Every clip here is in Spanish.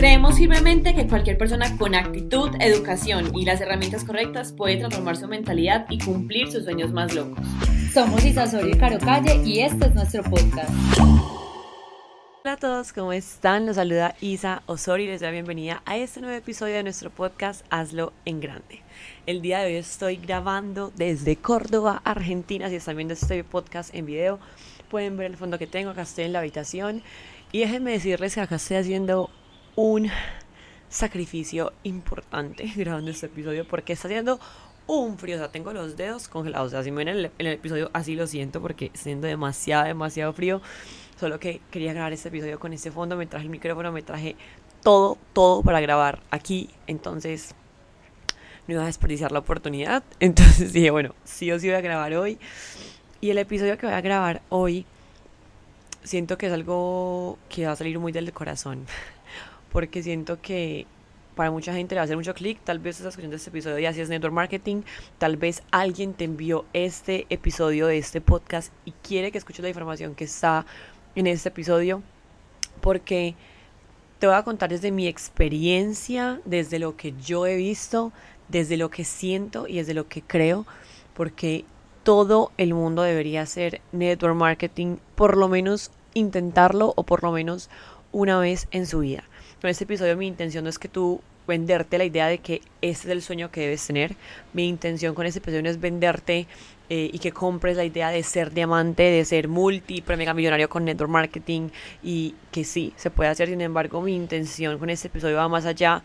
Creemos firmemente que cualquier persona con actitud, educación y las herramientas correctas puede transformar su mentalidad y cumplir sus sueños más locos. Somos Isa Osorio y Caro Calle y este es nuestro podcast. Hola a todos, ¿cómo están? Los saluda Isa Osorio y les doy la bienvenida a este nuevo episodio de nuestro podcast Hazlo en Grande. El día de hoy estoy grabando desde Córdoba, Argentina. Si están viendo este podcast en video, pueden ver el fondo que tengo. Acá estoy en la habitación y déjenme decirles que acá estoy haciendo un sacrificio importante grabando este episodio porque está haciendo un frío, o sea, tengo los dedos congelados. O sea, si me ven en el episodio así lo siento porque está haciendo demasiado frío. Solo que quería grabar este episodio con este fondo, me traje el micrófono, me traje todo para grabar aquí. Entonces no iba a desperdiciar la oportunidad. Entonces dije, bueno, sí o sí voy a grabar hoy. Y el episodio que voy a grabar hoy siento que es algo que va a salir muy del corazón. Porque siento que para mucha gente le va a hacer mucho clic. Tal vez estás escuchando este episodio y así es network marketing. Tal vez alguien te envió este episodio de este podcast y quiere que escuches la información que está en este episodio. Porque te voy a contar desde mi experiencia, desde lo que yo he visto, desde lo que siento y desde lo que creo. Porque todo el mundo debería hacer network marketing, por lo menos intentarlo o por lo menos una vez en su vida. Con este episodio mi intención no es que tú venderte la idea de que este es el sueño que debes tener. Mi intención con este episodio no es venderte y que compres la idea de ser diamante, de ser mega millonario con network marketing, y que sí, se puede hacer. Sin embargo, mi intención con este episodio va más allá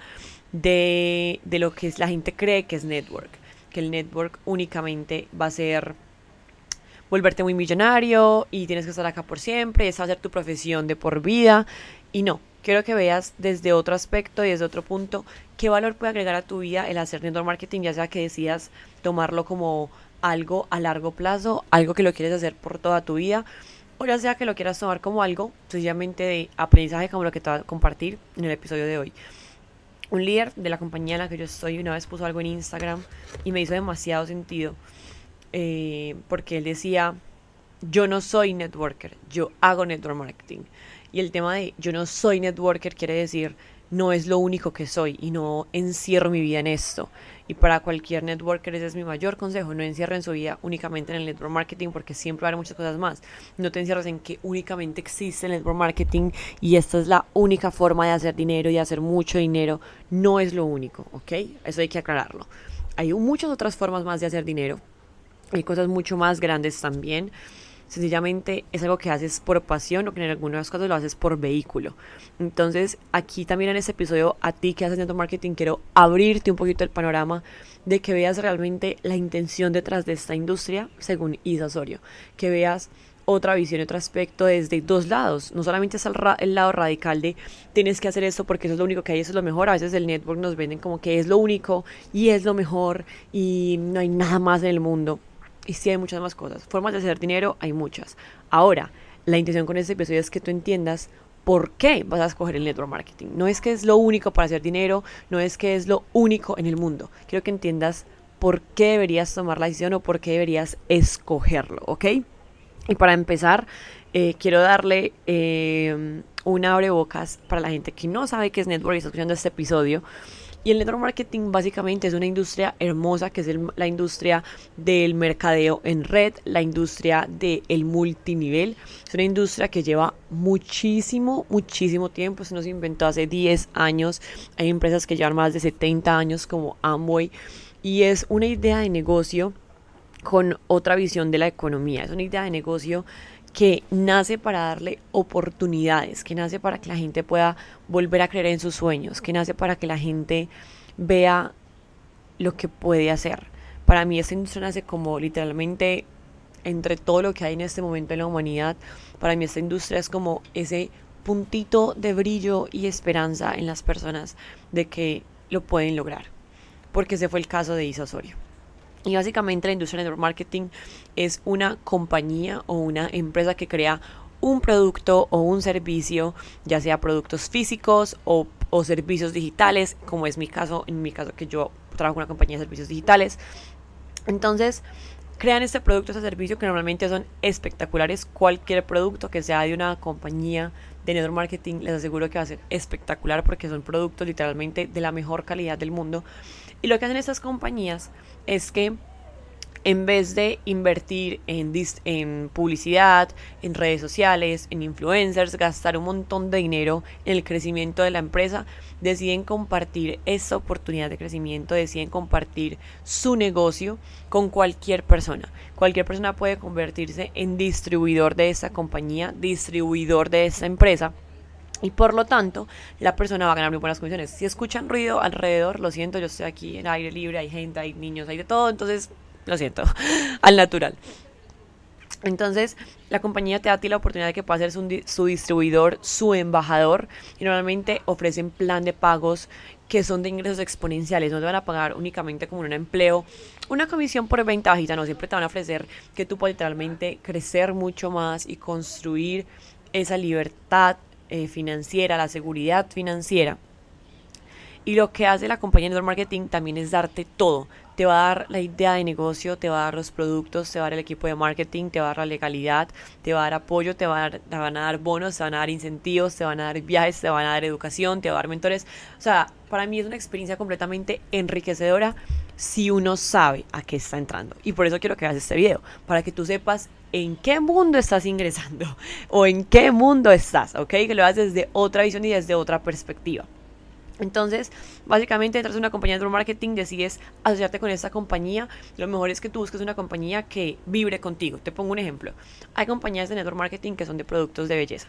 de lo que la gente cree que es network. Que el network únicamente va a ser volverte muy millonario y tienes que estar acá por siempre, esa va a ser tu profesión de por vida. Y no, quiero que veas desde otro aspecto y desde otro punto qué valor puede agregar a tu vida el hacer network marketing, ya sea que decidas tomarlo como algo a largo plazo, algo que lo quieres hacer por toda tu vida, o ya sea que lo quieras tomar como algo sencillamente de aprendizaje, como lo que te voy a compartir en el episodio de hoy. Un líder de la compañía en la que yo estoy una vez puso algo en Instagram y me hizo demasiado sentido, porque él decía: yo no soy networker, yo hago network marketing. Y el tema de yo no soy networker quiere decir no es lo único que soy y no encierro mi vida en esto. Y para cualquier networker ese es mi mayor consejo: no encierren su vida únicamente en el network marketing, porque siempre va a haber muchas cosas más. No te encierres en que únicamente existe el network marketing y esta es la única forma de hacer dinero y de hacer mucho dinero. No es lo único, ¿ok? Eso hay que aclararlo. Hay muchas otras formas más de hacer dinero. Hay cosas mucho más grandes también. Sencillamente es algo que haces por pasión o que en algunos casos lo haces por vehículo. Entonces aquí también en este episodio, a ti que haces network marketing, quiero abrirte un poquito el panorama de que veas realmente la intención detrás de esta industria según Isa Osorio. Que veas otra visión, otro aspecto desde dos lados. No solamente es el lado radical de tienes que hacer esto porque eso es lo único que hay, eso es lo mejor. A veces el network nos venden como que es lo único y es lo mejor y no hay nada más en el mundo. Y sí hay muchas más cosas. Formas de hacer dinero hay muchas. Ahora, la intención con este episodio es que tú entiendas por qué vas a escoger el network marketing. No es que es lo único para hacer dinero, no es que es lo único en el mundo. Quiero que entiendas por qué deberías tomar la decisión o por qué deberías escogerlo, ¿ok? Y para empezar, quiero darle un abrebocas para la gente que no sabe qué es network y está escuchando este episodio. Y el network marketing básicamente es una industria hermosa, que es la industria del mercadeo en red, la industria del multinivel. Es una industria que lleva muchísimo tiempo. Se nos inventó hace 10 años. Hay empresas que llevan más de 70 años como Amway. Y es una idea de negocio con otra visión de la economía. Es una idea de negocio que nace para darle oportunidades, que nace para que la gente pueda volver a creer en sus sueños, que nace para que la gente vea lo que puede hacer. Para mí esta industria nace como literalmente entre todo lo que hay en este momento en la humanidad. Para mí esta industria es como ese puntito de brillo y esperanza en las personas de que lo pueden lograr, porque ese fue el caso de Isa Osorio. Y básicamente la industria de network marketing es una compañía o una empresa que crea un producto o un servicio, ya sea productos físicos o servicios digitales, como es mi caso, en mi caso que yo trabajo en una compañía de servicios digitales. Entonces crean este producto, este servicio que normalmente son espectaculares. Cualquier producto que sea de una compañía de network marketing, les aseguro que va a ser espectacular porque son productos literalmente de la mejor calidad del mundo. Y lo que hacen estas compañías es que en vez de invertir en publicidad, en redes sociales, en influencers, gastar un montón de dinero en el crecimiento de la empresa, deciden compartir esta oportunidad de crecimiento, deciden compartir su negocio con cualquier persona. Cualquier persona puede convertirse en distribuidor de esta compañía, distribuidor de esta empresa. Y por lo tanto, la persona va a ganar muy buenas comisiones. Si escuchan ruido alrededor, lo siento, yo estoy aquí en aire libre, hay gente, hay niños, hay de todo, entonces lo siento, al natural. Entonces, la compañía te da a ti la oportunidad de que puedas ser su distribuidor, su embajador, y normalmente ofrecen plan de pagos que son de ingresos exponenciales. No te van a pagar únicamente como en un empleo, una comisión por venta bajita, no, siempre te van a ofrecer que tú puedes literalmente crecer mucho más y construir esa libertad financiera, la seguridad financiera. Y lo que hace la compañía de network marketing también es darte todo. Te va a dar la idea de negocio, te va a dar los productos, te va a dar el equipo de marketing, te va a dar la legalidad, te va a dar apoyo, te van a dar bonos, te van a dar incentivos, te van a dar viajes, te van a dar educación, te va a dar mentores. O sea, para mí es una experiencia completamente enriquecedora si uno sabe a qué está entrando. Y por eso quiero que veas este video, para que tú sepas en qué mundo estás ingresando o en qué mundo estás, ¿ok? Que lo hagas desde otra visión y desde otra perspectiva. Entonces, básicamente entras en una compañía de network marketing, decides asociarte con esta compañía. Lo mejor es que tú busques una compañía que vibre contigo. Te pongo un ejemplo. Hay compañías de network marketing que son de productos de belleza.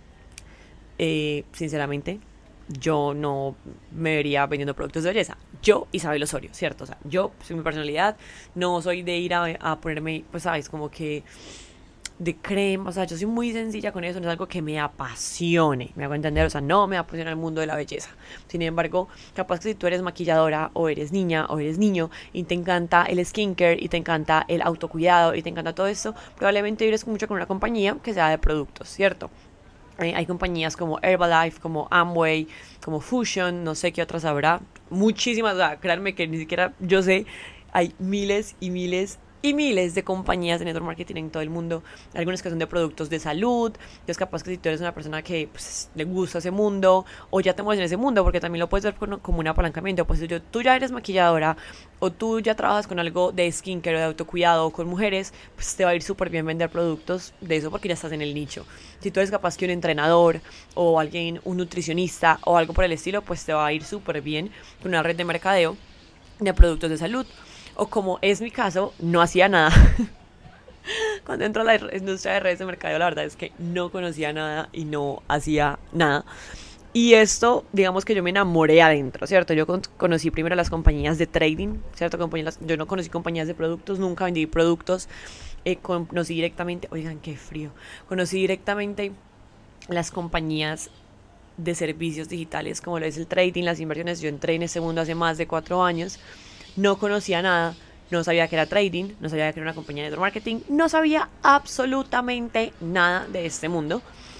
Sinceramente, yo no me vería vendiendo productos de belleza. Yo, Isabel Osorio, ¿cierto? O sea, yo, soy mi personalidad, no soy de ir a ponerme, pues, ¿sabes? Como que de crema, o sea, yo soy muy sencilla con eso, no es algo que me apasione, me hago entender, o sea, no me apasiona el mundo de la belleza. Sin embargo, capaz que si tú eres maquilladora o eres niña o eres niño y te encanta el skincare y te encanta el autocuidado y te encanta todo eso, probablemente vibres mucho con una compañía que sea de productos, ¿cierto? Hay compañías como Herbalife, como Amway, como Fusion, no sé qué otras habrá, muchísimas, o sea, créanme que ni siquiera yo sé, hay miles y miles y miles de compañías de network marketing en todo el mundo, algunas que son de productos de salud. Es capaz que si tú eres una persona que pues, le gusta ese mundo o ya te mueves en ese mundo, porque también lo puedes ver como un apalancamiento, pues si tú ya eres maquilladora o tú ya trabajas con algo de skincare o de autocuidado o con mujeres, pues te va a ir súper bien vender productos de eso porque ya estás en el nicho. Si tú eres capaz que un entrenador o alguien, un nutricionista o algo por el estilo, pues te va a ir súper bien con una red de mercadeo de productos de salud. O como es mi caso, no hacía nada. Cuando entro a la industria de redes de mercadeo, la verdad es que no conocía nada y no hacía nada. Y esto, digamos que yo me enamoré adentro, ¿cierto? Yo conocí primero las compañías de trading, ¿cierto? Yo no conocí compañías de productos, nunca vendí productos. Conocí directamente, oigan, qué frío. Conocí directamente las compañías de servicios digitales, como lo es el trading, las inversiones. Yo entré en ese mundo hace más de 4 años. No conocía nada, no sabía que era trading, no sabía que era una compañía de network marketing, no sabía absolutamente nada de este mundo.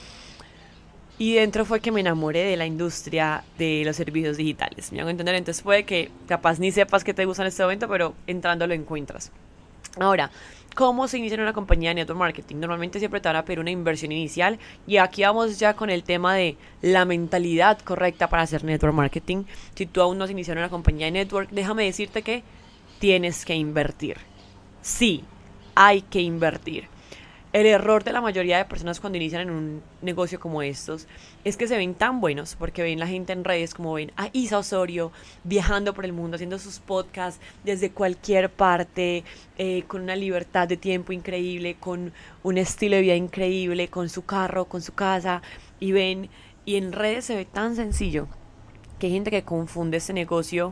Y dentro fue que me enamoré de la industria de los servicios digitales. Me hago entender, entonces puede que capaz ni sepas que te gusta en este momento, pero entrando lo encuentras. Ahora, ¿cómo se inicia en una compañía de network marketing? Normalmente siempre te van a pedir una inversión inicial y aquí vamos ya con el tema de la mentalidad correcta para hacer network marketing. Si tú aún no has iniciado en una compañía de network, déjame decirte que tienes que invertir. Sí, hay que invertir. El error de la mayoría de personas cuando inician en un negocio como estos es que se ven tan buenos porque ven la gente en redes, como ven a Isa Osorio viajando por el mundo, haciendo sus podcasts desde cualquier parte, con una libertad de tiempo increíble, con un estilo de vida increíble, con su carro, con su casa, y en redes se ve tan sencillo que hay gente que confunde este negocio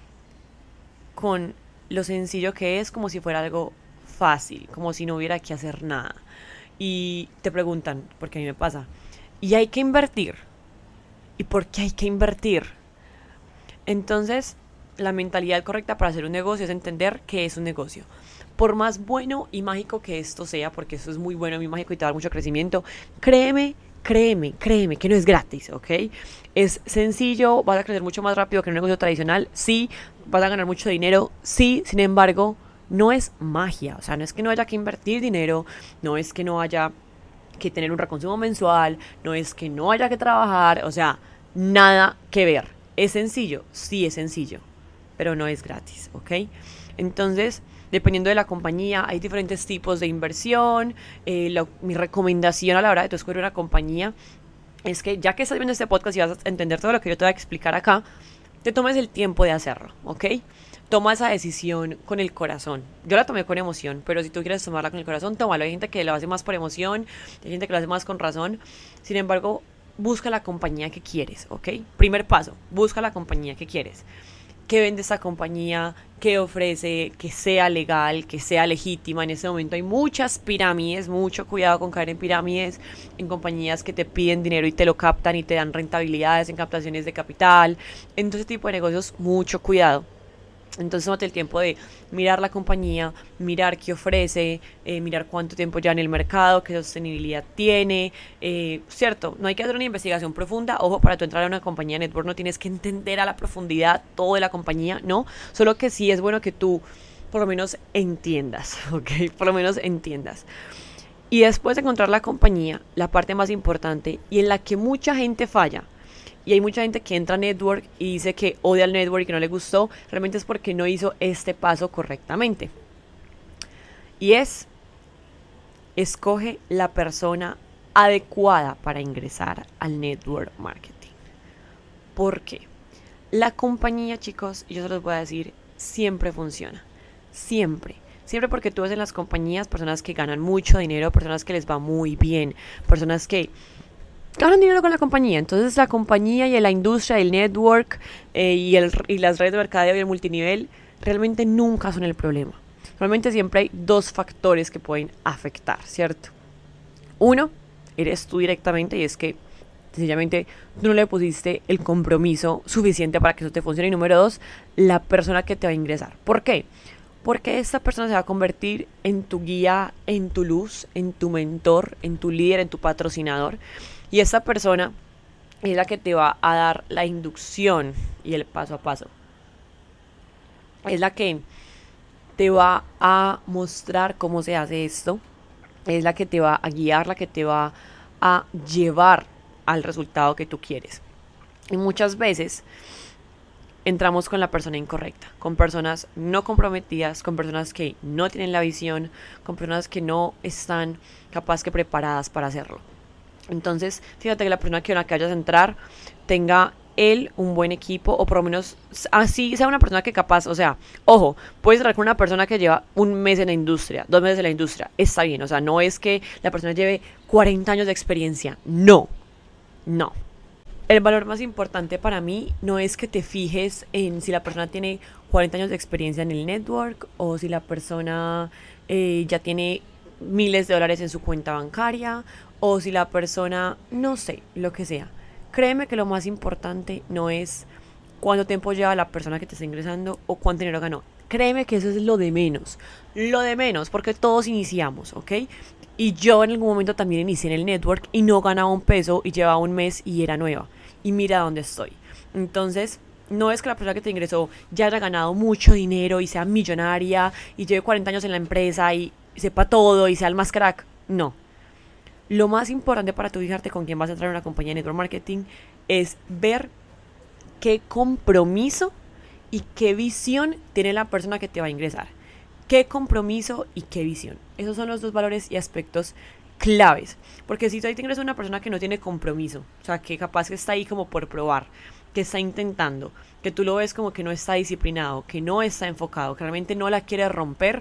con lo sencillo que es, como si fuera algo fácil, como si no hubiera que hacer nada. Y te preguntan, porque a mí me pasa, ¿y hay que invertir? ¿Y por qué hay que invertir? Entonces, la mentalidad correcta para hacer un negocio es entender que es un negocio. Por más bueno y mágico que esto sea, porque esto es muy bueno y muy mágico y te va a dar mucho crecimiento, créeme que no es gratis, ¿ok? Es sencillo, vas a crecer mucho más rápido que en un negocio tradicional, sí, vas a ganar mucho dinero, sí, sin embargo, no es magia, o sea, no es que no haya que invertir dinero, no es que no haya que tener un reconsumo mensual, no es que no haya que trabajar, o sea, nada que ver. ¿Es sencillo? Sí, es sencillo, pero no es gratis, ¿ok? Entonces, dependiendo de la compañía, hay diferentes tipos de inversión. Mi recomendación a la hora de tú escoger una compañía es que, ya que estás viendo este podcast y vas a entender todo lo que yo te voy a explicar acá, te tomes el tiempo de hacerlo, ¿ok? Toma esa decisión con el corazón. Yo la tomé con emoción, pero si tú quieres tomarla con el corazón, tómalo. Hay gente que lo hace más por emoción, hay gente que lo hace más con razón. Sin embargo, busca la compañía que quieres, ¿ok? Primer paso, busca la compañía que quieres. ¿Qué vende esta compañía? ¿Qué ofrece? Que sea legal, que sea legítima. En este momento hay muchas pirámides, mucho cuidado con caer en pirámides, en compañías que te piden dinero y te lo captan y te dan rentabilidades en captaciones de capital. En todo ese tipo de negocios, mucho cuidado. Entonces tómate el tiempo de mirar la compañía, mirar qué ofrece, mirar cuánto tiempo ya en el mercado, qué sostenibilidad tiene, cierto, no hay que hacer una investigación profunda. Ojo, para tú entrar a una compañía network no tienes que entender a la profundidad todo de la compañía, no, solo que sí es bueno que tú por lo menos entiendas, ¿ok? Por lo menos entiendas. Y después de encontrar la compañía, la parte más importante y en la que mucha gente falla, y hay mucha gente que entra a network y dice que odia el network y que no le gustó, realmente es porque no hizo este paso correctamente. Y escoge la persona adecuada para ingresar al network marketing. ¿Por qué? La compañía, chicos, yo se los voy a decir, siempre funciona. Siempre. Siempre, porque tú ves en las compañías personas que ganan mucho dinero, personas que les va muy bien, personas que ganan dinero con la compañía. Entonces la compañía y la industria, el network y las redes de mercadeo y el multinivel realmente nunca son el problema. Realmente siempre hay dos factores que pueden afectar, ¿cierto? Uno, eres tú directamente, y es que sencillamente tú no le pusiste el compromiso suficiente para que eso te funcione. Y número dos, la persona que te va a ingresar. ¿Por qué? Porque esta persona se va a convertir en tu guía, en tu luz, en tu mentor, en tu líder, en tu patrocinador. Y esta persona es la que te va a dar la inducción y el paso a paso. Es la que te va a mostrar cómo se hace esto. Es la que te va a guiar, la que te va a llevar al resultado que tú quieres. Y muchas veces entramos con la persona incorrecta, con personas no comprometidas, con personas que no tienen la visión, con personas que no están capaz que preparadas para hacerlo. Entonces, fíjate que la persona que vayas a entrar tenga él un buen equipo, o por lo menos así sea una persona que capaz, o sea, ojo, puedes entrar con una persona que lleva un mes en la industria, 2 meses en la industria, está bien, o sea, no es que la persona lleve 40 años de experiencia, no. El valor más importante para mí no es que te fijes en si la persona tiene 40 años de experiencia en el network, o si la persona ya tiene miles de dólares en su cuenta bancaria, o si la persona, no sé, lo que sea. Créeme que lo más importante no es cuánto tiempo lleva la persona que te está ingresando o cuánto dinero ganó. Créeme que eso es lo de menos, porque todos iniciamos, ¿ok? Y yo en algún momento también inicié en el network y no ganaba un peso y llevaba un mes y era nueva. Y mira dónde estoy. Entonces, no es que la persona que te ingresó ya haya ganado mucho dinero y sea millonaria y lleve 40 años en la empresa y sepa todo y sea el más crack. No. Lo más importante para tú fijarte con quién vas a entrar en una compañía de network marketing es ver qué compromiso y qué visión tiene la persona que te va a ingresar. Qué compromiso y qué visión. Esos son los dos valores y aspectos claves. Porque si tú ahí te ingresas a una persona que no tiene compromiso, o sea, que capaz que está ahí como por probar, que está intentando, que tú lo ves como que no está disciplinado, que no está enfocado, que realmente no la quiere romper,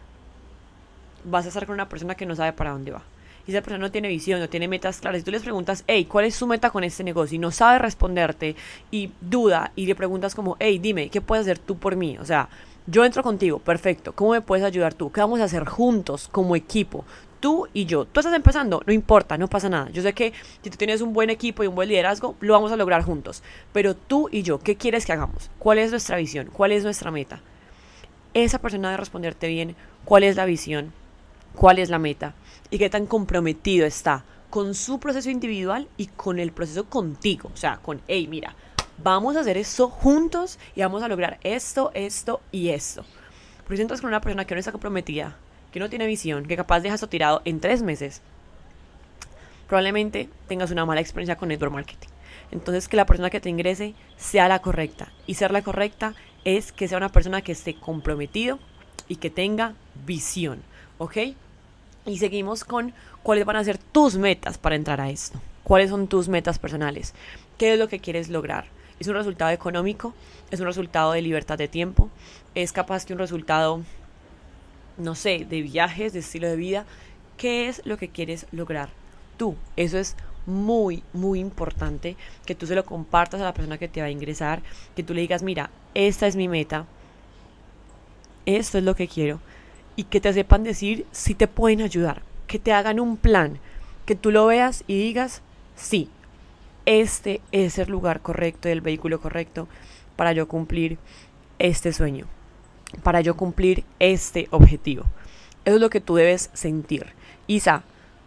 vas a estar con una persona que no sabe para dónde va. Y esa persona no tiene visión, no tiene metas claras. Si tú les preguntas, hey, ¿cuál es su meta con este negocio? Y no sabe responderte y duda, y le preguntas como, hey, dime, ¿qué puedes hacer tú por mí? O sea, yo entro contigo, perfecto. ¿Cómo me puedes ayudar tú? ¿Qué vamos a hacer juntos como equipo? Tú y yo. Tú estás empezando, no importa, no pasa nada. Yo sé que si tú tienes un buen equipo y un buen liderazgo, lo vamos a lograr juntos. Pero tú y yo, ¿qué quieres que hagamos? ¿Cuál es nuestra visión? ¿Cuál es nuestra meta? Esa persona debe responderte bien cuál es la visión, cuál es la meta y qué tan comprometido está con su proceso individual y con el proceso contigo. O sea, con, hey, mira, vamos a hacer esto juntos y vamos a lograr esto, esto y esto. Porque si entras con una persona que no está comprometida, que no tiene visión, que capaz deja esto tirado en 3 meses, probablemente tengas una mala experiencia con network marketing. Entonces, que la persona que te ingrese sea la correcta. Y ser la correcta es que sea una persona que esté comprometido y que tenga visión, ¿ok? Y seguimos con cuáles van a ser tus metas para entrar a esto. ¿Cuáles son tus metas personales? ¿Qué es lo que quieres lograr? ¿Es un resultado económico? ¿Es un resultado de libertad de tiempo? ¿Es capaz que un resultado, no sé, de viajes, de estilo de vida? ¿Qué es lo que quieres lograr tú? Eso es muy, muy importante, que tú se lo compartas a la persona que te va a ingresar, que tú le digas, mira, esta es mi meta, esto es lo que quiero, y que te sepan decir si te pueden ayudar, que te hagan un plan, que tú lo veas y digas, sí, este es el lugar correcto, el vehículo correcto para yo cumplir este sueño, para yo cumplir este objetivo. Eso es lo que tú debes sentir. Isa,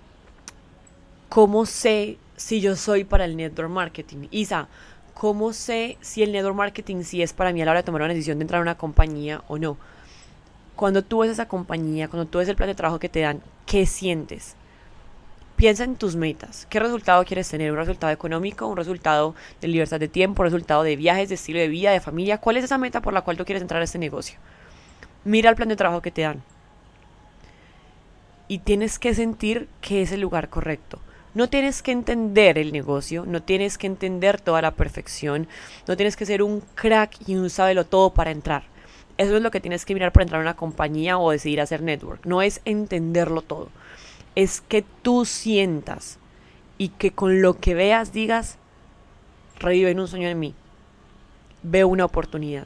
¿cómo sé si yo soy para el network marketing? Isa, ¿cómo sé si el network marketing sí es para mí a la hora de tomar una decisión de entrar a una compañía o no? Cuando tú ves esa compañía, cuando tú ves el plan de trabajo que te dan, ¿qué sientes? Piensa en tus metas. ¿Qué resultado quieres tener? ¿Un resultado económico? ¿Un resultado de libertad de tiempo? ¿Un resultado de viajes, de estilo de vida, de familia? ¿Cuál es esa meta por la cual tú quieres entrar a este negocio? Mira el plan de trabajo que te dan. Y tienes que sentir que es el lugar correcto. No tienes que entender el negocio, no tienes que entender toda la perfección, no tienes que ser un crack y un sabelotodo para entrar. Eso es lo que tienes que mirar para entrar a una compañía o decidir hacer network. No es entenderlo todo. Es que tú sientas y que con lo que veas digas, reviven un sueño en mí. Veo una oportunidad.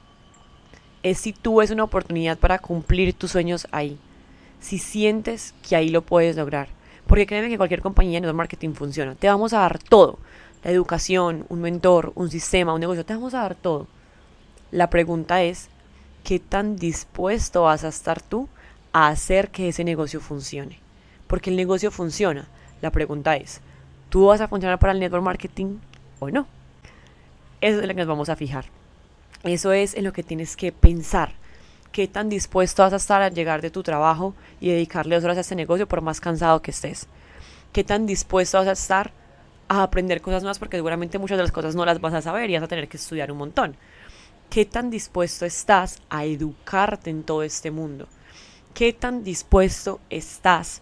Es si tú ves una oportunidad para cumplir tus sueños ahí. Si sientes que ahí lo puedes lograr. Porque créeme que cualquier compañía de network marketing funciona. Te vamos a dar todo. La educación, un mentor, un sistema, un negocio. Te vamos a dar todo. La pregunta es, ¿qué tan dispuesto vas a estar tú a hacer que ese negocio funcione? Porque el negocio funciona. La pregunta es, ¿tú vas a funcionar para el network marketing o no? Eso es en lo que nos vamos a fijar. Eso es en lo que tienes que pensar. ¿Qué tan dispuesto vas a estar a llegar de tu trabajo y dedicarle 2 horas a este negocio por más cansado que estés? ¿Qué tan dispuesto vas a estar a aprender cosas nuevas? Porque seguramente muchas de las cosas no las vas a saber y vas a tener que estudiar un montón. ¿Qué tan dispuesto estás a educarte en todo este mundo? ¿Qué tan dispuesto estás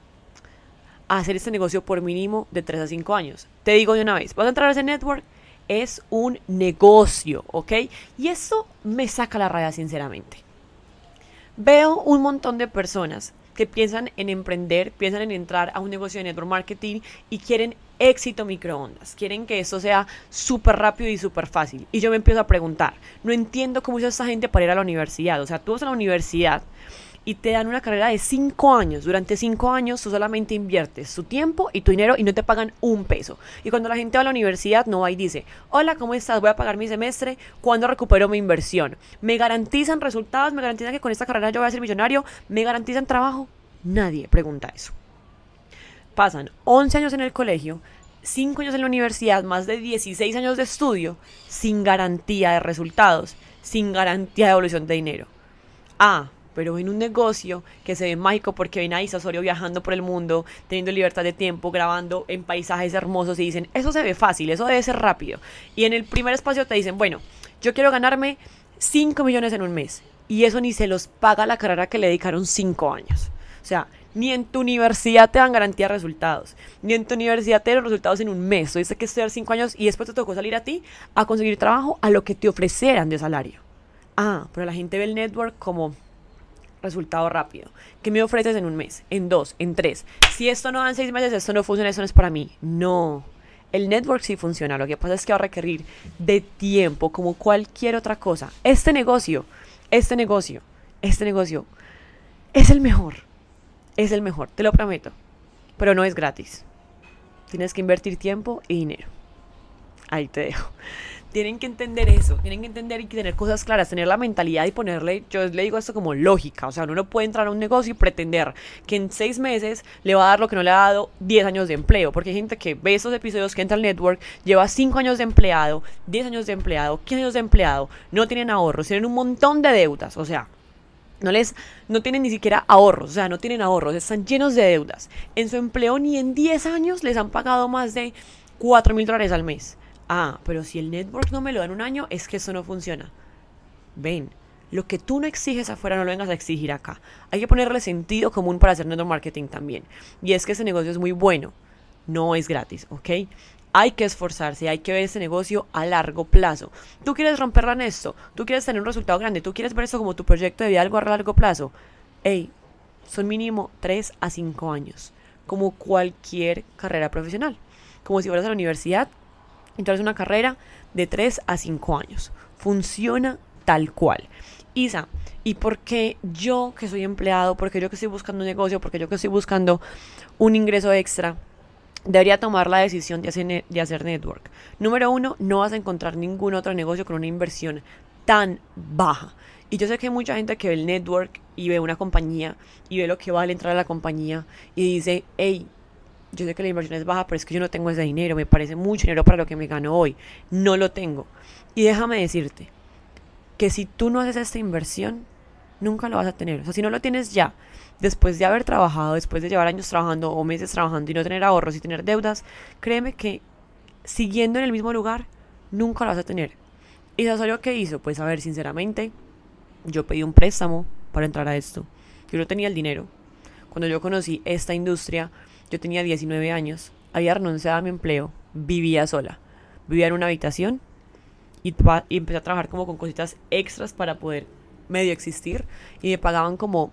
a hacer este negocio por mínimo de 3 a 5 años? Te digo de una vez, vas a entrar a ese network, es un negocio, ¿ok? Y esto me saca la raya sinceramente. Veo un montón de personas que piensan en emprender, piensan en entrar a un negocio de network marketing y quieren éxito microondas. Quieren que esto sea súper rápido y súper fácil. Y yo me empiezo a preguntar, no entiendo cómo hizo esta gente para ir a la universidad. O sea, tú vas a la universidad y te dan una carrera de 5 años. Durante 5 años tú solamente inviertes tu tiempo y tu dinero y no te pagan un peso. Y cuando la gente va a la universidad no va y dice, hola, ¿cómo estás? Voy a pagar mi semestre. ¿Cuándo recupero mi inversión? ¿Me garantizan resultados? ¿Me garantizan que con esta carrera yo voy a ser millonario? ¿Me garantizan trabajo? Nadie pregunta eso. Pasan 11 años en el colegio, 5 años en la universidad, más de 16 años de estudio, sin garantía de resultados, sin garantía de devolución de dinero. Pero en un negocio que se ve mágico porque ven a Isa Osorio viajando por el mundo, teniendo libertad de tiempo, grabando en paisajes hermosos y dicen, eso se ve fácil, eso debe ser rápido. Y en el primer espacio te dicen, bueno, yo quiero ganarme 5 millones en un mes. Y eso ni se los paga la carrera que le dedicaron 5 años. O sea, ni en tu universidad te dan garantía de resultados, ni en tu universidad te dan los resultados en un mes. Tuviste que estudiar 5 años y después te tocó salir a ti a conseguir trabajo a lo que te ofrecieran de salario. Pero la gente ve el network como resultado rápido. ¿Qué me ofreces en un mes? En 2, en 3. Si esto no da en 6 meses, esto no funciona, esto no es para mí. No. El network sí funciona. Lo que pasa es que va a requerir de tiempo como cualquier otra cosa. Este negocio es el mejor. Es el mejor, te lo prometo. Pero no es gratis. Tienes que invertir tiempo y dinero. Ahí te dejo. Tienen que entender eso, tienen que entender y tener cosas claras, tener la mentalidad y ponerle, yo le digo esto como lógica. O sea, uno no puede entrar a un negocio y pretender que en 6 meses le va a dar lo que no le ha dado 10 años de empleo. Porque hay gente que ve esos episodios que entra al network, lleva 5 años de empleado, 10 años de empleado, 15 años de empleado, no tienen ahorros, tienen un montón de deudas. O sea, No tienen ni siquiera ahorros, o sea, no tienen ahorros, están llenos de deudas. En su empleo ni en 10 años les han pagado más de $4,000 al mes. Ah, pero si el network no me lo da en un año, es que eso no funciona. Ven, lo que tú no exiges afuera no lo vengas a exigir acá. Hay que ponerle sentido común para hacer network marketing también. Y es que ese negocio es muy bueno, no es gratis, ¿ok? Hay que esforzarse, hay que ver ese negocio a largo plazo. Tú quieres romperla en esto, tú quieres tener un resultado grande, tú quieres ver esto como tu proyecto de vida, algo a largo plazo. Ey, son mínimo 3 a 5 años, como cualquier carrera profesional. Como si fueras a la universidad y tú haces una carrera de 3 a 5 años. Funciona tal cual. Isa, ¿y por qué yo que soy empleado, por qué yo que estoy buscando un negocio, por qué yo que estoy buscando un ingreso extra, debería tomar la decisión de hacer network? Número 1, no vas a encontrar ningún otro negocio con una inversión tan baja. Y yo sé que hay mucha gente que ve el network y ve una compañía y ve lo que vale entrar a la compañía y dice, hey, yo sé que la inversión es baja, pero es que yo no tengo ese dinero, me parece mucho dinero para lo que me gano hoy. No lo tengo. Y déjame decirte que si tú no haces esta inversión, nunca lo vas a tener. O sea, si no lo tienes ya, después de haber trabajado, después de llevar años trabajando o meses trabajando y no tener ahorros y tener deudas, créeme que siguiendo en el mismo lugar, nunca lo vas a tener. ¿Y Osorio qué hizo? Pues a ver, sinceramente, yo pedí un préstamo para entrar a esto. Yo no tenía el dinero. Cuando yo conocí esta industria, yo tenía 19 años, había renunciado a mi empleo, vivía sola. Vivía en una habitación y empecé a trabajar como con cositas extras para poder medio existir. Y me pagaban como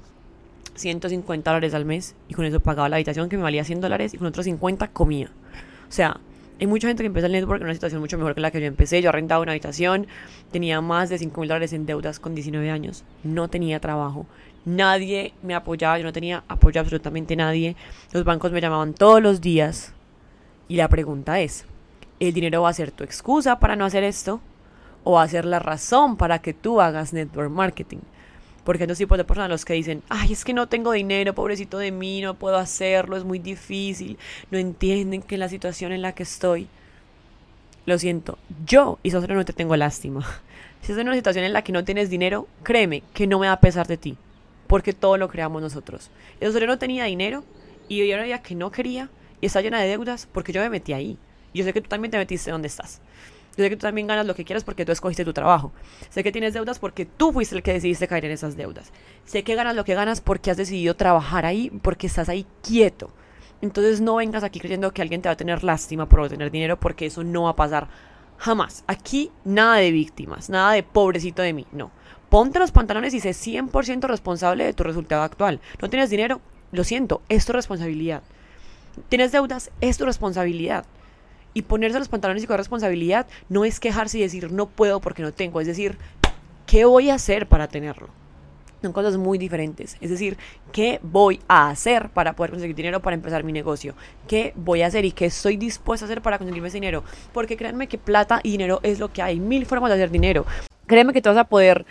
$150 al mes y con eso pagaba la habitación que me valía $100 y con otros 50 comía. O sea, hay mucha gente que empieza el network en una situación mucho mejor que la que yo empecé. Yo arrendaba una habitación, tenía más de $5,000 en deudas con 19 años, no tenía trabajo, nadie me apoyaba, yo no tenía apoyo a absolutamente nadie. Los bancos me llamaban todos los días y la pregunta es, ¿el dinero va a ser tu excusa para no hacer esto o va a ser la razón para que tú hagas network marketing? Porque hay dos tipos de personas los que dicen, ay, es que no tengo dinero, pobrecito de mí, no puedo hacerlo, es muy difícil, no entienden que la situación en la que estoy. Lo siento, yo, y no te tengo lástima. Si estás en una situación en la que no tienes dinero, créeme que no me va a pesar de ti, porque todo lo creamos nosotros. Yo no tenía dinero y yo era que no quería y estaba llena de deudas porque yo me metí ahí. Y yo sé que tú también te metiste donde estás. Yo sé que tú también ganas lo que quieras porque tú escogiste tu trabajo. Sé que tienes deudas porque tú fuiste el que decidiste caer en esas deudas. Sé que ganas lo que ganas porque has decidido trabajar ahí, porque estás ahí quieto. Entonces no vengas aquí creyendo que alguien te va a tener lástima por no tener dinero, porque eso no va a pasar jamás. Aquí nada de víctimas, nada de pobrecito de mí, no. Ponte los pantalones y sé 100% responsable de tu resultado actual. No tienes dinero, lo siento, es tu responsabilidad. Tienes deudas, es tu responsabilidad. Y ponerse los pantalones y con responsabilidad no es quejarse y decir no puedo porque no tengo. Es decir, ¿qué voy a hacer para tenerlo? Son cosas muy diferentes. Es decir, ¿qué voy a hacer para poder conseguir dinero para empezar mi negocio? ¿Qué voy a hacer y qué estoy dispuesto a hacer para conseguirme ese dinero? Porque créanme que plata y dinero es lo que hay. 1000 formas de hacer dinero. Créeme que tú vas a poder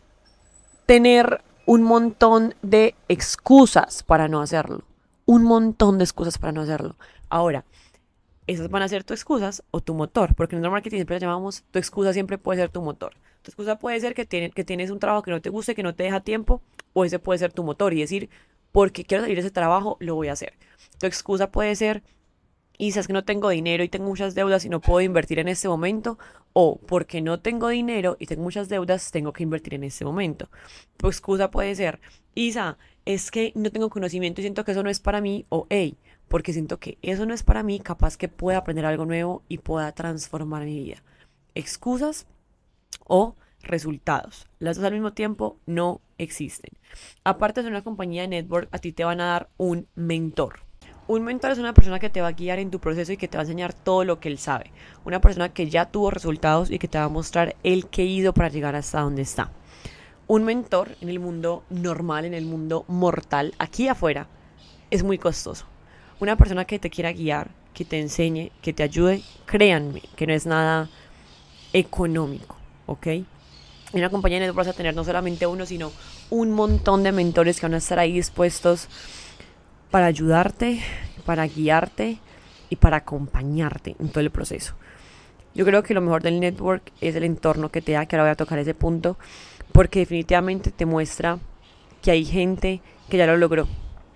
tener un montón de excusas para no hacerlo. Un montón de excusas para no hacerlo. Ahora, esas van a ser tus excusas o tu motor, porque en el marketing siempre le llamamos, tu excusa siempre puede ser tu motor. Tu excusa puede ser que tienes un trabajo que no te guste, que no te deja tiempo, o ese puede ser tu motor y decir, porque quiero salir de ese trabajo, lo voy a hacer. Tu excusa puede ser, y sabes que no tengo dinero y tengo muchas deudas y no puedo invertir en este momento, o porque no tengo dinero y tengo muchas deudas, tengo que invertir en este momento. Tu excusa puede ser, Isa, es que no tengo conocimiento y siento que eso no es para mí, o hey, porque siento que eso no es para mí, capaz que pueda aprender algo nuevo y pueda transformar mi vida. Excusas o resultados. Las dos al mismo tiempo no existen. Aparte de una compañía de network, a ti te van a dar un mentor. Un mentor es una persona que te va a guiar en tu proceso y que te va a enseñar todo lo que él sabe. Una persona que ya tuvo resultados y que te va a mostrar el que hizo para llegar hasta donde está. Un mentor en el mundo normal, en el mundo mortal, aquí afuera, es muy costoso. Una persona que te quiera guiar, que te enseñe, que te ayude, créanme que no es nada económico, ¿ok? En una compañía de network vas a tener no solamente uno, sino un montón de mentores que van a estar ahí dispuestos para ayudarte, para guiarte y para acompañarte en todo el proceso. Yo creo que lo mejor del network es el entorno que te da, que ahora voy a tocar ese punto, porque definitivamente te muestra que hay gente que ya lo logró.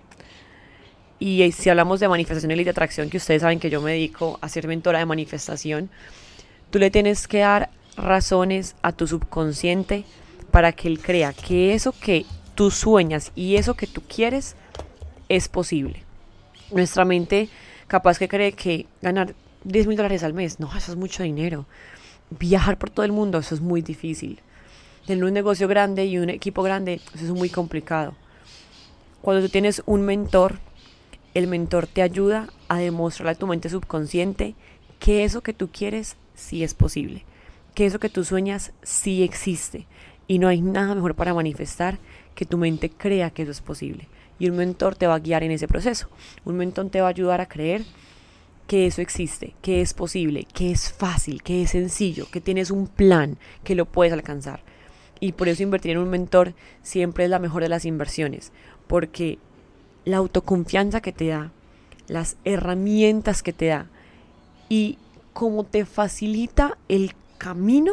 Y si hablamos de manifestación y de atracción, que ustedes saben que yo me dedico a ser mentora de manifestación, tú le tienes que dar razones a tu subconsciente para que él crea que eso que tú sueñas y eso que tú quieres es posible. Nuestra mente capaz que cree que ganar $10,000 al mes, no, eso es mucho dinero. Viajar por todo el mundo, eso es muy difícil. Tener un negocio grande y un equipo grande, eso es muy complicado. Cuando tú tienes un mentor, el mentor te ayuda a demostrarle a tu mente subconsciente que eso que tú quieres sí es posible, que eso que tú sueñas sí existe, y no hay nada mejor para manifestar que tu mente crea que eso es posible. Y un mentor te va a guiar en ese proceso. Un mentor te va a ayudar a creer que eso existe, que es posible, que es fácil, que es sencillo, que tienes un plan, que lo puedes alcanzar. Y por eso invertir en un mentor siempre es la mejor de las inversiones, porque la autoconfianza que te da, las herramientas que te da y cómo te facilita el camino,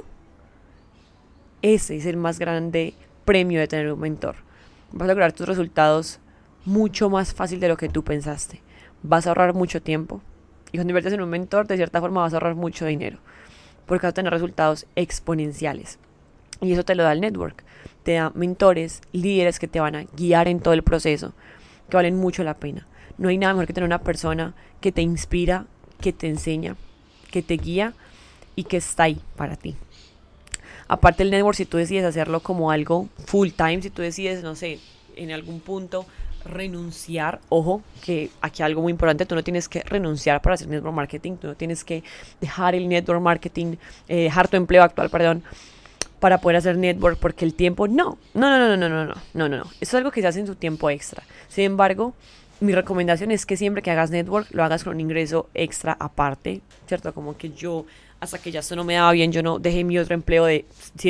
ese es el más grande premio de tener un mentor. Vas a lograr tus resultados mucho más fácil de lo que tú pensaste. Vas a ahorrar mucho tiempo, y cuando inviertes en un mentor, de cierta forma vas a ahorrar mucho dinero, porque vas a tener resultados exponenciales. Y eso te lo da el network. Te da mentores, líderes que te van a guiar en todo el proceso, que valen mucho la pena. No hay nada mejor que tener una persona que te inspira, que te enseña, que te guía y que está ahí para ti. Aparte el network, si tú decides hacerlo como algo full time, si tú decides, no sé, en algún punto renunciar, ojo, que aquí algo muy importante, tú no tienes que renunciar para hacer network marketing, tú no tienes que dejar el network marketing, dejar tu empleo actual, para poder hacer network, porque el tiempo, no. Eso es algo que se hace en su tiempo extra. Sin embargo, mi recomendación es que siempre que hagas network, lo hagas con un ingreso extra aparte, ¿cierto? Como que yo, hasta que ya esto no me daba bien, yo no dejé mi otro empleo de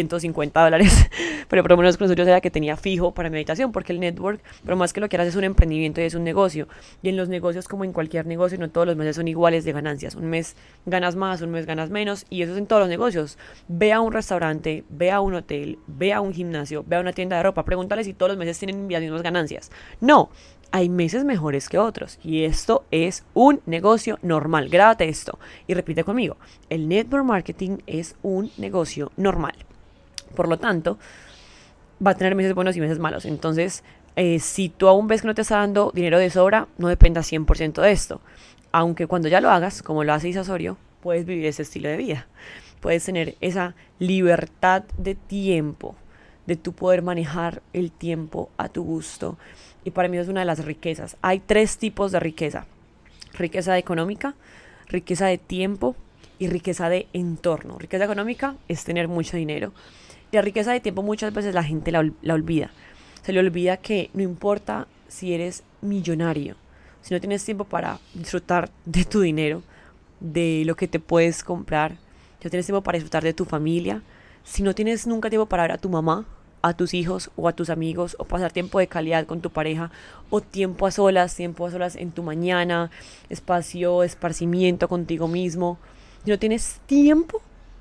$150, pero por lo menos con eso yo sabía que tenía fijo para mi habitación, porque el network, pero más que lo que hagas, es un emprendimiento y es un negocio. Y en los negocios, como en cualquier negocio, no todos los meses son iguales de ganancias. Un mes ganas más, un mes ganas menos, y eso es en todos los negocios. Ve a un restaurante, ve a un hotel, ve a un gimnasio, ve a una tienda de ropa, pregúntale si todos los meses tienen las mismas ganancias. No. Hay meses mejores que otros, y esto es un negocio normal. Grábate esto y repite conmigo: el network marketing es un negocio normal. Por lo tanto, va a tener meses buenos y meses malos. Entonces, si tú aún ves que no te está dando dinero de sobra, no dependas 100% de esto. Aunque cuando ya lo hagas, como lo hace Isa Osorio, puedes vivir ese estilo de vida. Puedes tener esa libertad de tiempo, de tú poder manejar el tiempo a tu gusto. Y para mí es una de las riquezas. Hay 3 tipos de riqueza: riqueza económica, riqueza de tiempo y riqueza de entorno. Riqueza económica es tener mucho dinero. Y la riqueza de tiempo muchas veces la gente la olvida. Se le olvida que no importa si eres millonario, si no tienes tiempo para disfrutar de tu dinero, de lo que te puedes comprar, si no tienes tiempo para disfrutar de tu familia, si no tienes nunca tiempo para ver a tu mamá, a tus hijos o a tus amigos, o pasar tiempo de calidad con tu pareja, o tiempo a solas en tu mañana, espacio, esparcimiento contigo mismo. Si no tienes tiempo,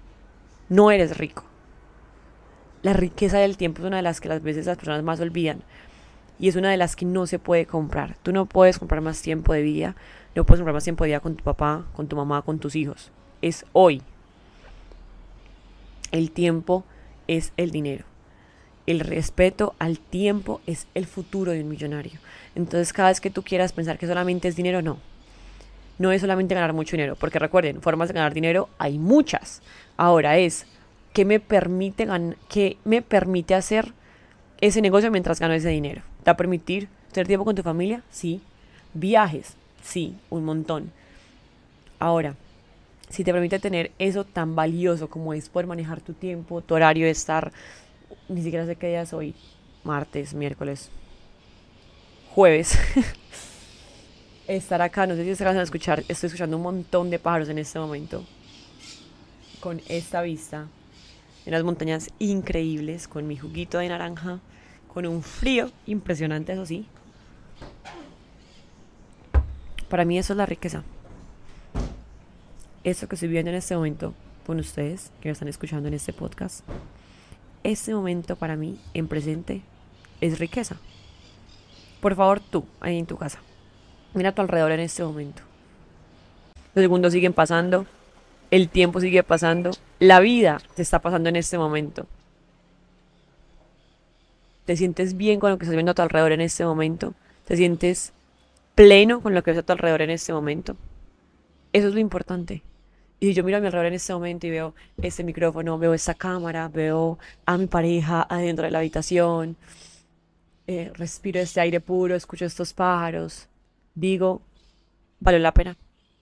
no eres rico. La riqueza del tiempo es una de las que las veces las personas más olvidan, y es una de las que no se puede comprar. Tú no puedes comprar más tiempo de vida, no puedes comprar más tiempo de vida con tu papá, con tu mamá, con tus hijos. Es hoy. El tiempo es el dinero. El respeto al tiempo es el futuro de un millonario. Entonces, cada vez que tú quieras pensar que solamente es dinero, no es solamente ganar mucho dinero, porque recuerden, formas de ganar dinero hay muchas. Ahora es, ¿qué me permite hacer ese negocio mientras gano ese dinero? ¿Te va a permitir tener tiempo con tu familia? Sí. ¿Viajes? Sí, un montón. Ahora, si te permite tener eso tan valioso como es poder manejar tu tiempo, tu horario de estar, ni siquiera sé qué día es hoy, martes, miércoles, jueves, estar acá, no sé si se van a escuchar, estoy escuchando un montón de pájaros en este momento, con esta vista, en las montañas increíbles, con mi juguito de naranja, con un frío impresionante, eso sí. Para mí eso es la riqueza. Esto que estoy viendo en este momento con ustedes, que me están escuchando en este podcast, este momento para mí, en presente, es riqueza. Por favor, tú, ahí en tu casa, mira a tu alrededor en este momento. Los segundos siguen pasando, el tiempo sigue pasando, la vida te está pasando en este momento. ¿Te sientes bien con lo que estás viendo a tu alrededor en este momento? ¿Te sientes pleno con lo que ves a tu alrededor en este momento? Eso es lo importante. Y si yo miro a mi alrededor en este momento y veo este micrófono, veo esta cámara, veo a mi pareja adentro de la habitación, respiro este aire puro, escucho estos pájaros, digo, valió la pena.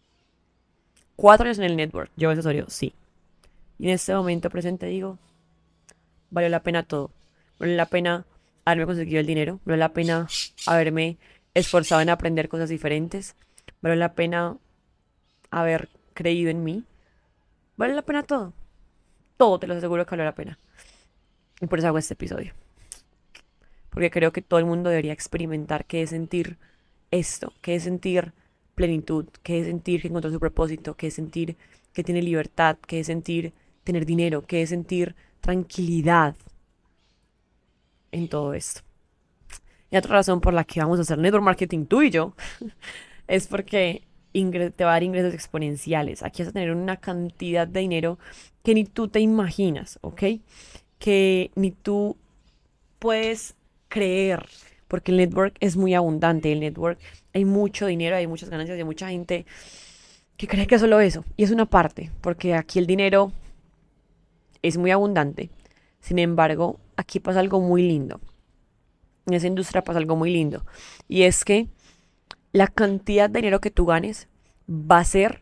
4 años en el network, yo asesorio, sí. Y en este momento presente digo, valió la pena todo. Valió la pena haberme conseguido el dinero, valió la pena haberme esforzado en aprender cosas diferentes, valió la pena haber creído en mí, vale la pena todo. Todo te lo aseguro que vale la pena. Y por eso hago este episodio. Porque creo que todo el mundo debería experimentar qué es sentir esto, qué es sentir plenitud, qué es sentir que encontró su propósito, qué es sentir que tiene libertad, qué es sentir tener dinero, qué es sentir tranquilidad en todo esto. Y otra razón por la que vamos a hacer network marketing tú y yo es porque te va a dar ingresos exponenciales. Aquí vas a tener una cantidad de dinero que ni tú te imaginas, ¿ok? Que ni tú puedes creer, porque el network es muy abundante. El network hay mucho dinero, hay muchas ganancias, hay mucha gente que cree que es solo eso. Y es una parte, porque aquí el dinero es muy abundante. Sin embargo, aquí pasa algo muy lindo. En esa industria pasa algo muy lindo. Y es que la cantidad de dinero que tú ganes va a ser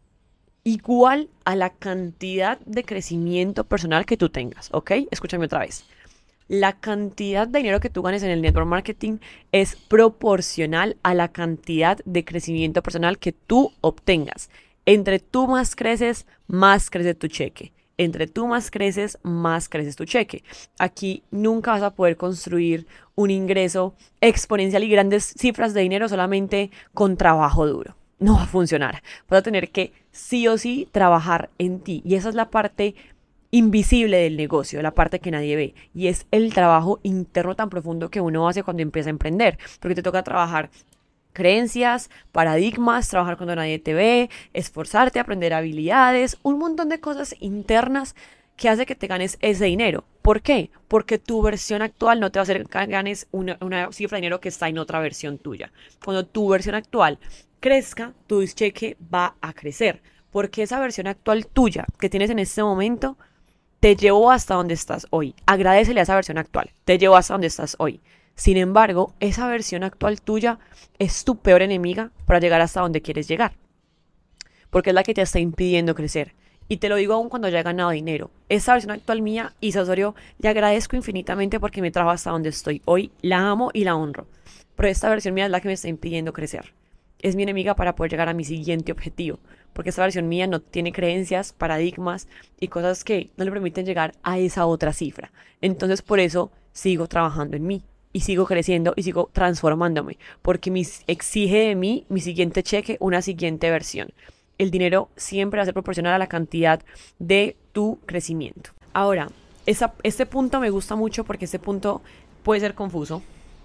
igual a la cantidad de crecimiento personal que tú tengas, ¿ok? Escúchame otra vez. La cantidad de dinero que tú ganes en el network marketing es proporcional a la cantidad de crecimiento personal que tú obtengas. Entre tú más crece tu cheque. Entre tú más creces tu cheque. Aquí nunca vas a poder construir un ingreso exponencial y grandes cifras de dinero solamente con trabajo duro. No va a funcionar. Vas a tener que sí o sí trabajar en ti. Y esa es la parte invisible del negocio, la parte que nadie ve. Y es el trabajo interno tan profundo que uno hace cuando empieza a emprender. Porque te toca trabajar creencias, paradigmas, trabajar cuando nadie te ve, esforzarte, aprender habilidades, un montón de cosas internas que hace que te ganes ese dinero. ¿Por qué? Porque tu versión actual no te va a hacer que ganes una cifra de dinero que está en otra versión tuya. Cuando tu versión actual crezca, tu cheque va a crecer. Porque esa versión actual tuya que tienes en este momento te llevó hasta donde estás hoy. Agradécele a esa versión actual. Te llevó hasta donde estás hoy. Sin embargo, esa versión actual tuya es tu peor enemiga para llegar hasta donde quieres llegar. Porque es la que te está impidiendo crecer. Y te lo digo aún cuando ya he ganado dinero. Esa versión actual mía, Isa Osorio, le agradezco infinitamente porque me trajo hasta donde estoy hoy. La amo y la honro. Pero esta versión mía es la que me está impidiendo crecer. Es mi enemiga para poder llegar a mi siguiente objetivo. Porque esta versión mía no tiene creencias, paradigmas y cosas que no le permiten llegar a esa otra cifra. Entonces por eso sigo trabajando en mí. Y sigo creciendo y sigo transformándome. Porque exige de mí mi siguiente cheque, una siguiente versión. El dinero siempre va a ser proporcional a la cantidad de tu crecimiento. Ahora, este punto me gusta mucho porque este punto puede ser confuso.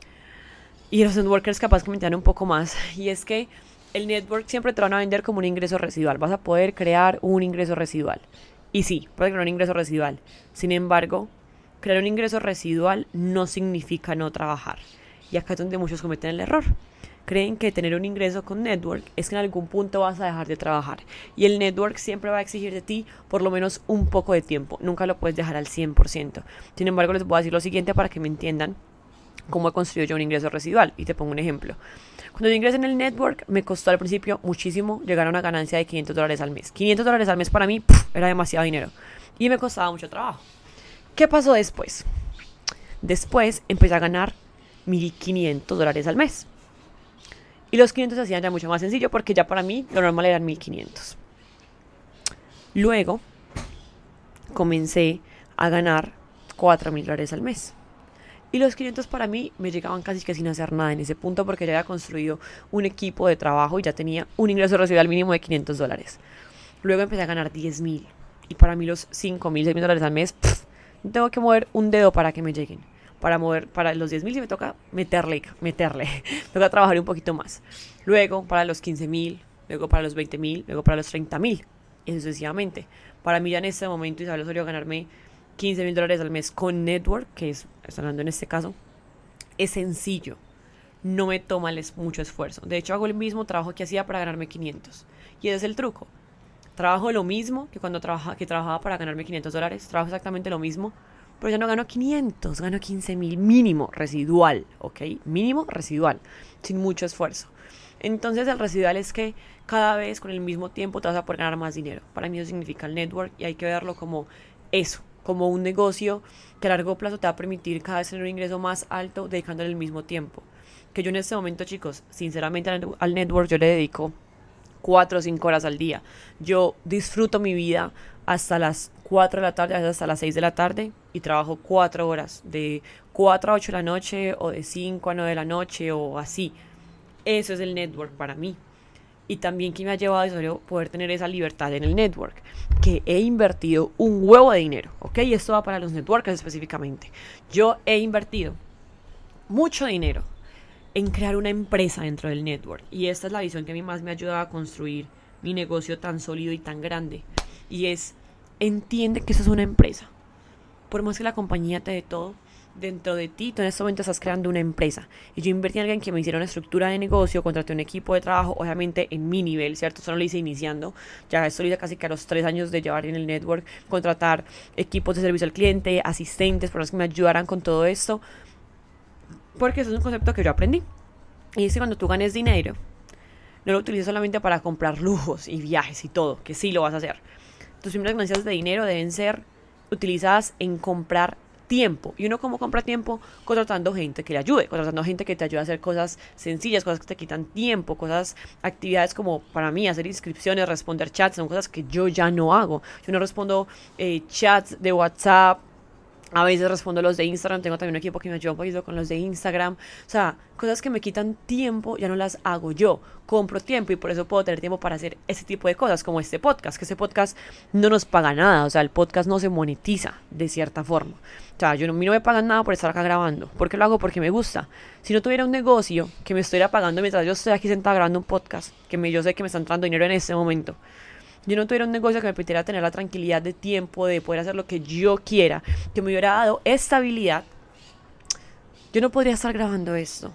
Y los networkers capaz que me entiendan un poco más. Y es que el network siempre te van a vender como un ingreso residual. Vas a poder crear un ingreso residual. Y sí, puedes crear un ingreso residual. Sin embargo, crear un ingreso residual no significa no trabajar. Y acá es donde muchos cometen el error. Creen que tener un ingreso con network es que en algún punto vas a dejar de trabajar. Y el network siempre va a exigir de ti por lo menos un poco de tiempo. Nunca lo puedes dejar al 100%. Sin embargo, les voy a decir lo siguiente para que me entiendan cómo he construido yo un ingreso residual. Y te pongo un ejemplo. Cuando yo ingresé en el network, me costó al principio muchísimo llegar a una ganancia de $500 al mes. $500 al mes para mí era demasiado dinero. Y me costaba mucho trabajo. ¿Qué pasó después? Después empecé a ganar $1,500 al mes. Y los 500 se hacían ya mucho más sencillo porque ya para mí lo normal eran 1,500. Luego comencé a ganar $4,000 al mes. Y los 500 para mí me llegaban casi que sin hacer nada en ese punto porque ya había construido un equipo de trabajo y ya tenía un ingreso residual mínimo de $500. Luego empecé a ganar 10,000. Y para mí los $5,000, $6,000 al mes, no tengo que mover un dedo para que me lleguen. para los 10.000 sí me toca meterle, me toca trabajar un poquito más. Luego para los 15.000, luego para los 20.000, luego para los 30.000, y sucesivamente. Para mí ya en este momento, Isabel Osorio, ganarme $15.000 al mes con network, que es, estoy hablando en este caso, es sencillo. No me toma mucho esfuerzo. De hecho, hago el mismo trabajo que hacía para ganarme 500. Y ese es el truco. Trabajo lo mismo que cuando trabajaba para ganarme $500. Trabajo exactamente lo mismo, pero ya no gano 500, gano 15.000 mínimo residual, ¿ok? Mínimo residual, sin mucho esfuerzo. Entonces el residual es que cada vez con el mismo tiempo te vas a poder ganar más dinero. Para mí eso significa el network y hay que verlo como eso, como un negocio que a largo plazo te va a permitir cada vez tener un ingreso más alto dedicándole el mismo tiempo. Que yo en este momento, chicos, sinceramente al network yo le dedico 4 o 5 horas al día. Yo disfruto mi vida hasta las 4 de la tarde, a veces hasta las 6 de la tarde, y trabajo 4 horas, de 4 a 8 de la noche, o de 5 a 9 de la noche, o así. Eso es el network para mí. Y también que me ha llevado a poder tener esa libertad en el network, que he invertido un huevo de dinero, ¿ok? Y esto va para los networkers específicamente. Yo he invertido mucho dinero en crear una empresa dentro del network. Y esta es la visión que a mí más me ha ayudado a construir mi negocio tan sólido y tan grande. Y es, entiende que eso es una empresa. Por más que la compañía te dé todo, dentro de ti, tú en este momento estás creando una empresa. Y yo invertí en alguien que me hiciera una estructura de negocio, contraté un equipo de trabajo, obviamente en mi nivel, ¿cierto? Eso no lo hice iniciando. Ya esto lo hice casi que a los 3 años de llevar en el network, contratar equipos de servicio al cliente, asistentes, personas que me ayudaran con todo esto. Porque eso es un concepto que yo aprendí. Y es que cuando tú ganes dinero, no lo utilices solamente para comprar lujos y viajes y todo, que sí lo vas a hacer. Tus primeras ganancias de dinero deben ser utilizadas en comprar tiempo. ¿Y uno cómo compra tiempo? Contratando gente que le ayude, contratando gente que te ayude a hacer cosas sencillas, cosas que te quitan tiempo, actividades como para mí, hacer inscripciones, responder chats, son cosas que yo ya no hago. Yo no respondo chats de WhatsApp. A veces respondo los de Instagram, tengo también un equipo que me ayuda un poquito con los de Instagram. O sea, cosas que me quitan tiempo ya no las hago yo. Compro tiempo y por eso puedo tener tiempo para hacer ese tipo de cosas, como este podcast. Que este podcast no nos paga nada, o sea, el podcast no se monetiza de cierta forma. O sea, a mí no me pagan nada por estar acá grabando. ¿Por qué lo hago? Porque me gusta. Si no tuviera un negocio que me estuviera pagando mientras yo estoy aquí sentada grabando un podcast, yo sé que me está entrando dinero en este momento, yo no tuviera un negocio que me permitiera tener la tranquilidad de tiempo, de poder hacer lo que yo quiera, que me hubiera dado estabilidad, yo no podría estar grabando esto.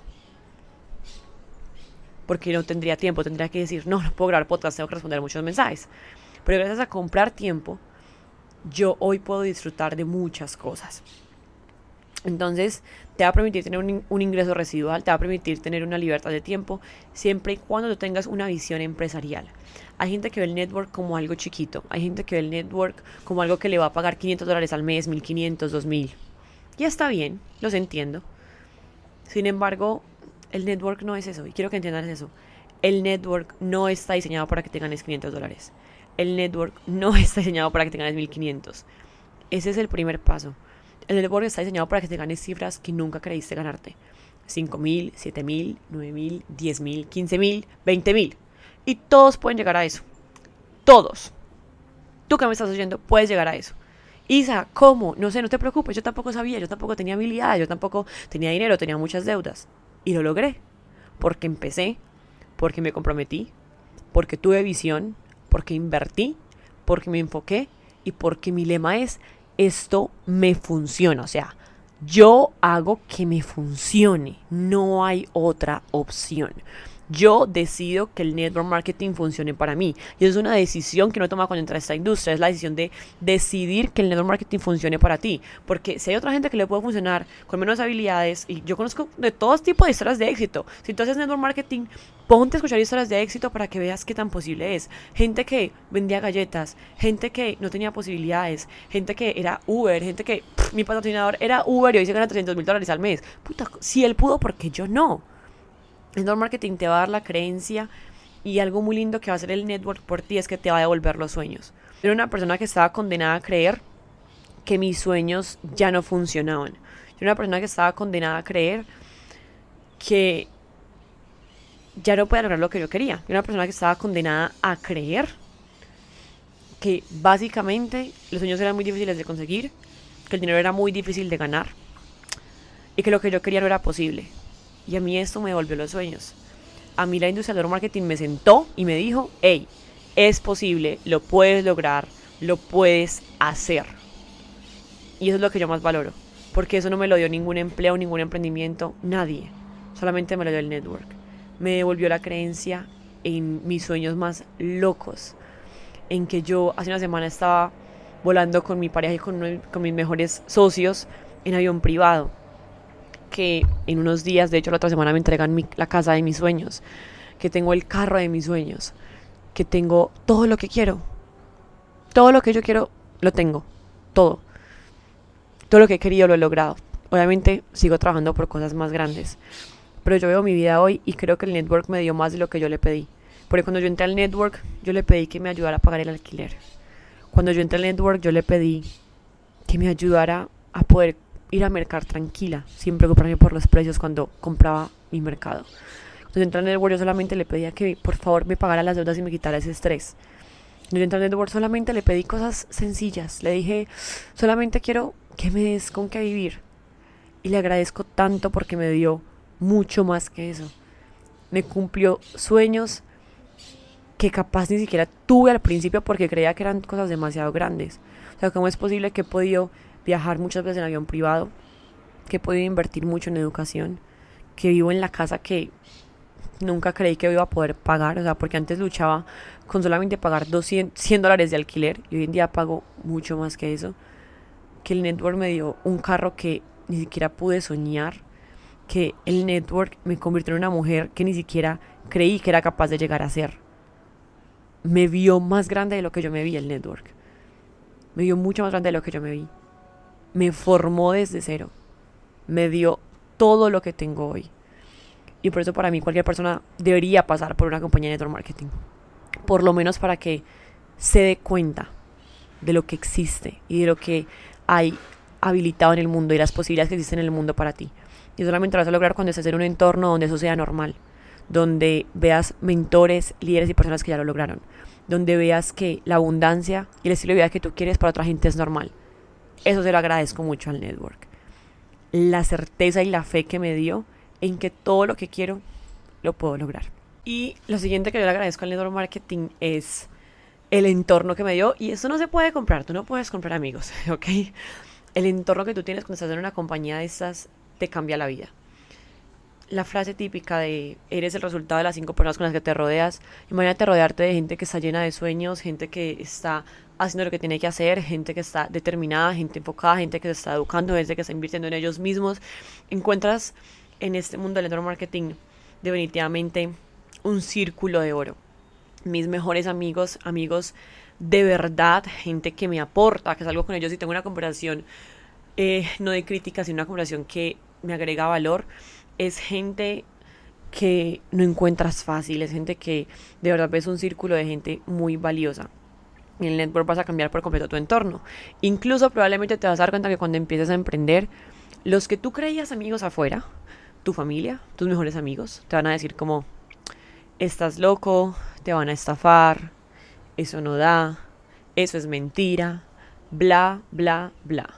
Porque no tendría tiempo, tendría que decir, no puedo grabar podcast, tengo que responder muchos mensajes. Pero gracias a comprar tiempo, yo hoy puedo disfrutar de muchas cosas. Entonces, te va a permitir tener un ingreso residual, te va a permitir tener una libertad de tiempo, siempre y cuando tú tengas una visión empresarial. Hay gente que ve el network como algo chiquito, hay gente que ve el network como algo que le va a pagar $500 al mes, 1.500, 2.000. Y está bien, los entiendo. Sin embargo, el network no es eso, y quiero que entiendas eso. El network no está diseñado para que te ganes $500. El network no está diseñado para que te ganes 1.500. Ese es el primer paso. El network está diseñado para que te ganes cifras que nunca creíste ganarte. 5.000, 7.000, 9.000, 10.000, 15.000, 20.000. Y todos pueden llegar a eso. Todos. Tú que me estás oyendo puedes llegar a eso. Isa, ¿cómo? No sé, no te preocupes. Yo tampoco sabía, yo tampoco tenía habilidades, yo tampoco tenía dinero, tenía muchas deudas. Y lo logré. Porque empecé, porque me comprometí, porque tuve visión, porque invertí, porque me enfoqué y porque mi lema es: esto me funciona. O sea, yo hago que me funcione. No hay otra opción. Yo decido que el network marketing funcione para mí. Y es una decisión que no toma cuando entra a esta industria. Es la decisión de decidir que el network marketing funcione para ti. Porque si hay otra gente que le puede funcionar con menos habilidades, y yo conozco de todos tipos de historias de éxito. Si tú haces network marketing, ponte a escuchar historias de éxito para que veas qué tan posible es. Gente que vendía galletas, gente que no tenía posibilidades, gente que era Uber, gente que mi patrocinador era Uber y hoy se gana $300.000 al mes. Puta, si él pudo, ¿por qué yo no? El network marketing te va a dar la creencia, y algo muy lindo que va a hacer el network por ti es que te va a devolver los sueños. Yo era una persona que estaba condenada a creer que mis sueños ya no funcionaban. Yo era una persona que estaba condenada a creer que ya no podía lograr lo que yo quería. Yo era una persona que estaba condenada a creer que básicamente los sueños eran muy difíciles de conseguir, que el dinero era muy difícil de ganar, y que lo que yo quería no era posible. Y a mí esto me devolvió los sueños. A mí la industria del marketing me sentó y me dijo, hey, es posible, lo puedes lograr, lo puedes hacer. Y eso es lo que yo más valoro, porque eso no me lo dio ningún empleo, ningún emprendimiento, nadie. Solamente me lo dio el network. Me devolvió la creencia en mis sueños más locos, en que yo hace una semana estaba volando con mi pareja y con mis mejores socios en avión privado, que en unos días, de hecho la otra semana, me entregan la casa de mis sueños, que tengo el carro de mis sueños, que tengo todo lo que quiero, todo lo que yo quiero lo tengo, todo lo que he querido lo he logrado. Obviamente sigo trabajando por cosas más grandes, pero yo veo mi vida hoy y creo que el network me dio más de lo que yo le pedí. Porque cuando yo entré al network, yo le pedí que me ayudara a pagar el alquiler. Cuando yo entré al network, yo le pedí que me ayudara a poder ir a mercar tranquila, sin preocuparme por los precios cuando compraba mi mercado. Cuando yo entré al network, yo solamente le pedía que por favor me pagara las deudas y me quitara ese estrés. Cuando yo entré al network, solamente le pedí cosas sencillas. Le dije, solamente quiero que me des con qué vivir. Y le agradezco tanto porque me dio mucho más que eso. Me cumplió sueños que capaz ni siquiera tuve al principio porque creía que eran cosas demasiado grandes. O sea, ¿cómo es posible que he podido viajar muchas veces en avión privado? Que he podido invertir mucho en educación. Que vivo en la casa que nunca creí que iba a poder pagar. O sea, porque antes luchaba con solamente pagar $100 de alquiler. Y hoy en día pago mucho más que eso. Que el network me dio un carro que ni siquiera pude soñar. Que el network me convirtió en una mujer que ni siquiera creí que era capaz de llegar a ser. Me vio más grande de lo que yo me vi el network. Me vio mucho más grande de lo que yo me vi. Me formó desde cero. Me dio todo lo que tengo hoy. Y por eso para mí cualquier persona debería pasar por una compañía de network marketing. Por lo menos para que se dé cuenta de lo que existe y de lo que hay habilitado en el mundo y las posibilidades que existen en el mundo para ti. Y solamente lo vas a lograr cuando estés en un entorno donde eso sea normal. Donde veas mentores, líderes y personas que ya lo lograron. Donde veas que la abundancia y el estilo de vida que tú quieres para otra gente es normal. Eso se lo agradezco mucho al network. La certeza y la fe que me dio en que todo lo que quiero lo puedo lograr. Y lo siguiente que yo le agradezco al network marketing es el entorno que me dio. Y eso no se puede comprar, tú no puedes comprar amigos, ¿ok? El entorno que tú tienes cuando estás en una compañía de estas te cambia la vida. La frase típica de eres el resultado de las 5 personas con las que te rodeas. Imagínate rodearte de gente que está llena de sueños, gente que está haciendo lo que tiene que hacer, gente que está determinada, gente enfocada, gente que se está educando, gente que está invirtiendo en ellos mismos. Encuentras en este mundo del network marketing definitivamente un círculo de oro. Mis mejores amigos de verdad, gente que me aporta, que salgo con ellos y tengo una conversación no de crítica, sino una conversación que me agrega valor. Es gente que no encuentras fácil, es gente que de verdad ves un círculo de gente muy valiosa. En el network vas a cambiar por completo tu entorno. Incluso probablemente te vas a dar cuenta que cuando empieces a emprender, los que tú creías amigos afuera, tu familia, tus mejores amigos, te van a decir como, estás loco, te van a estafar, eso no da, eso es mentira, bla, bla, bla.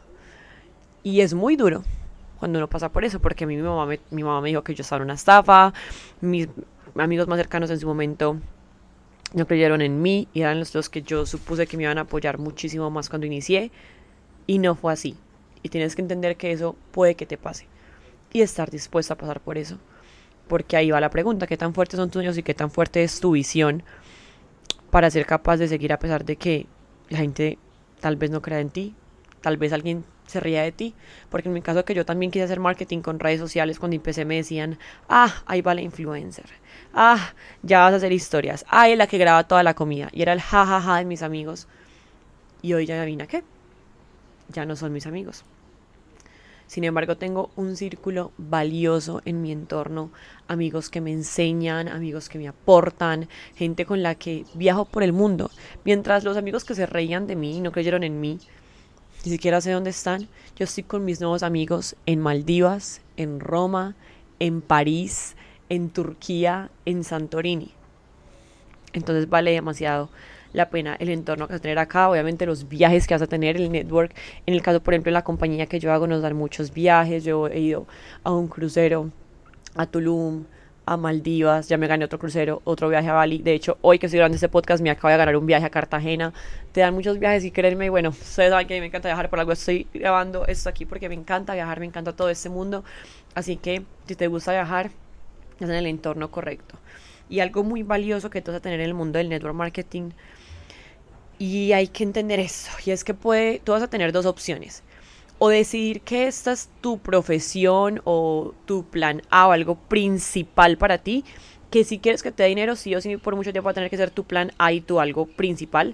Y es muy duro cuando uno pasa por eso, porque a mí mi mamá me dijo que yo estaba en una estafa, mis amigos más cercanos en su momento no creyeron en mí y eran los que yo supuse que me iban a apoyar muchísimo más cuando inicié, y no fue así. Y tienes que entender que eso puede que te pase y estar dispuesta a pasar por eso, porque ahí va la pregunta: ¿qué tan fuertes son tus sueños y qué tan fuerte es tu visión para ser capaz de seguir a pesar de que la gente tal vez no crea en ti, tal vez alguien se ría de ti? Porque en mi caso, que yo también quise hacer marketing con redes sociales, cuando empecé me decían, ahí va la influencer, ya vas a hacer historias, es la que graba toda la comida, y era el jajaja de mis amigos. Y hoy ya adivina qué, ya no son mis amigos. Sin embargo, tengo un círculo valioso en mi entorno, amigos que me enseñan, amigos que me aportan, gente con la que viajo por el mundo. Mientras los amigos que se reían de mí y no creyeron en mí, ni siquiera sé dónde están, yo estoy con mis nuevos amigos en Maldivas, en Roma, en París, en Turquía, en Santorini. Entonces vale demasiado la pena el entorno que vas a tener acá, obviamente los viajes que vas a tener, el network. En el caso, por ejemplo, de la compañía que yo hago nos dan muchos viajes. Yo he ido a un crucero a Tulum, a Maldivas, ya me gané otro crucero, otro viaje a Bali. De hecho, hoy que estoy grabando este podcast me acabo de ganar un viaje a Cartagena. Te dan muchos viajes y créanme, bueno, ustedes saben que a mí me encanta viajar, por algo estoy grabando esto aquí porque me encanta viajar, me encanta todo este mundo. Así que si te gusta viajar, es en el entorno correcto. Y algo muy valioso que tú vas a tener en el mundo del network marketing, y hay que entender eso, y es que tú vas a tener dos opciones: o decidir que esta es tu profesión o tu plan A o algo principal para ti, que si quieres que te dé dinero, sí o sí por mucho tiempo va a tener que ser tu plan A y tu algo principal,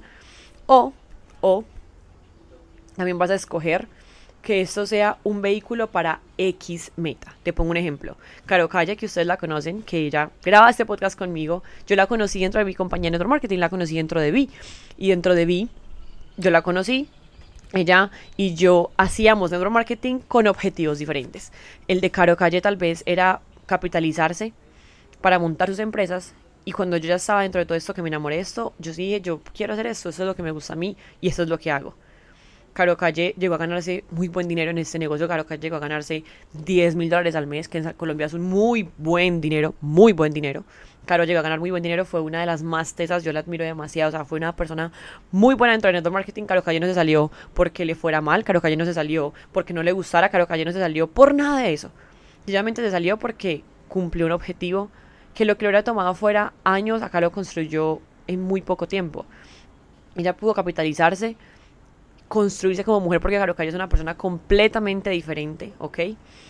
o también vas a escoger que esto sea un vehículo para X meta. Te pongo un ejemplo. Caro Calle, que ustedes la conocen, que ella graba este podcast conmigo, yo la conocí dentro de mi compañía de Network Marketing, la conocí dentro de Vi, y dentro de Vi yo la conocí. Ella y yo hacíamos network marketing con objetivos diferentes. El de Caro Calle tal vez era capitalizarse para montar sus empresas, y cuando yo ya estaba dentro de todo esto, que me enamoré de esto, yo dije, yo quiero hacer esto, eso es lo que me gusta a mí y esto es lo que hago. Caro Calle llegó a ganarse muy buen dinero en este negocio. Caro Calle llegó a ganarse $10,000 al mes, que en Colombia es un muy buen dinero, muy buen dinero. Caro llegó a ganar muy buen dinero, fue una de las más tesas, yo la admiro demasiado, o sea, fue una persona muy buena dentro del network marketing. Caro Calle no se salió porque le fuera mal, Caro Calle no se salió porque no le gustara, Caro Calle no se salió por nada de eso. Sencillamente se salió porque cumplió un objetivo que lo que le hubiera tomado fuera años, acá lo construyó en muy poco tiempo. Ella pudo capitalizarse, construirse como mujer, porque Caro Calle es una persona completamente diferente, ¿ok?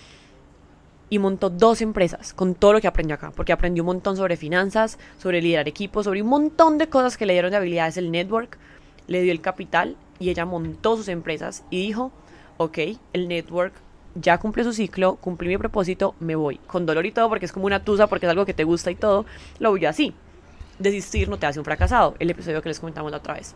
Y montó 2 empresas con todo lo que aprendió acá, porque aprendió un montón sobre finanzas, sobre liderar equipos, sobre un montón de cosas que le dieron de habilidades el network, le dio el capital y ella montó sus empresas y dijo, ok, el network ya cumplió su ciclo, cumplí mi propósito, me voy. Con dolor y todo, porque es como una tusa, porque es algo que te gusta y todo, lo voy así. Desistir no te hace un fracasado, el episodio que les comentamos la otra vez.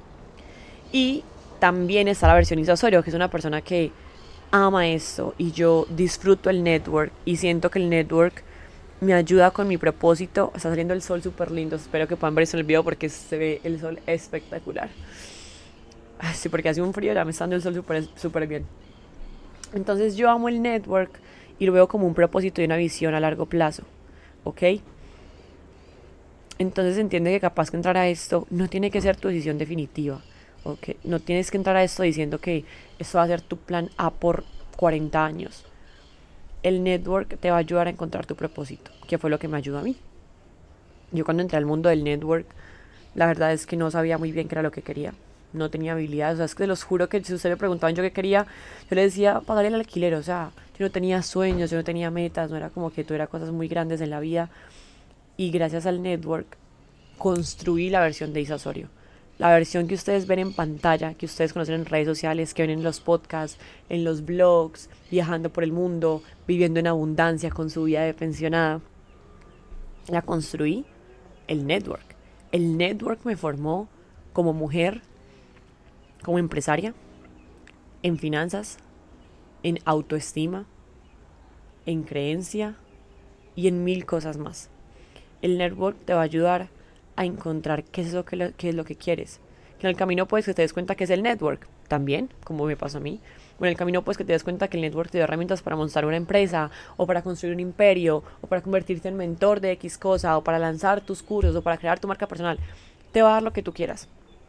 Y también está la versión Isa Osorio, que es una persona que ama esto y yo disfruto el network y siento que el network me ayuda con mi propósito. Está saliendo el sol súper lindo, espero que puedan ver eso en el video porque se ve el sol espectacular. Sí, porque hace un frío, ya me está dando el sol súper bien. Entonces yo amo el network y lo veo como un propósito y una visión a largo plazo, ¿ok? Entonces entiende que capaz que entrar a esto no tiene que ser tu decisión definitiva. Okay. No tienes que entrar a esto diciendo que esto va a ser tu plan A por 40 años. El network te va a ayudar a encontrar tu propósito, que fue lo que me ayudó a mí. Yo cuando entré al mundo del network, la verdad es que no sabía muy bien qué era lo que quería. No tenía habilidades, o sea, es que los juro que si ustedes me preguntaban yo qué quería, yo le decía pagar el alquiler, o sea, yo no tenía sueños, yo no tenía metas, no era como que tuviera cosas muy grandes en la vida. Y gracias al network construí la versión de Isa Osorio. La versión que ustedes ven en pantalla, que ustedes conocen en redes sociales, que ven en los podcasts, en los blogs, viajando por el mundo, viviendo en abundancia con su vida de pensionada, la construí el network. El network me formó como mujer, como empresaria, en finanzas, en autoestima, en creencia y en 1000 cosas más. El network te va a ayudar a encontrar qué es lo que quieres. Que en el camino puedes que te des cuenta que es el network, también, como me pasó a mí. O en el camino puedes que te des cuenta que el network te da herramientas para montar una empresa, o para construir un imperio, o para convertirte en mentor de X cosa, o para lanzar tus cursos, o para crear tu marca personal. Te va a dar lo que tú quieras.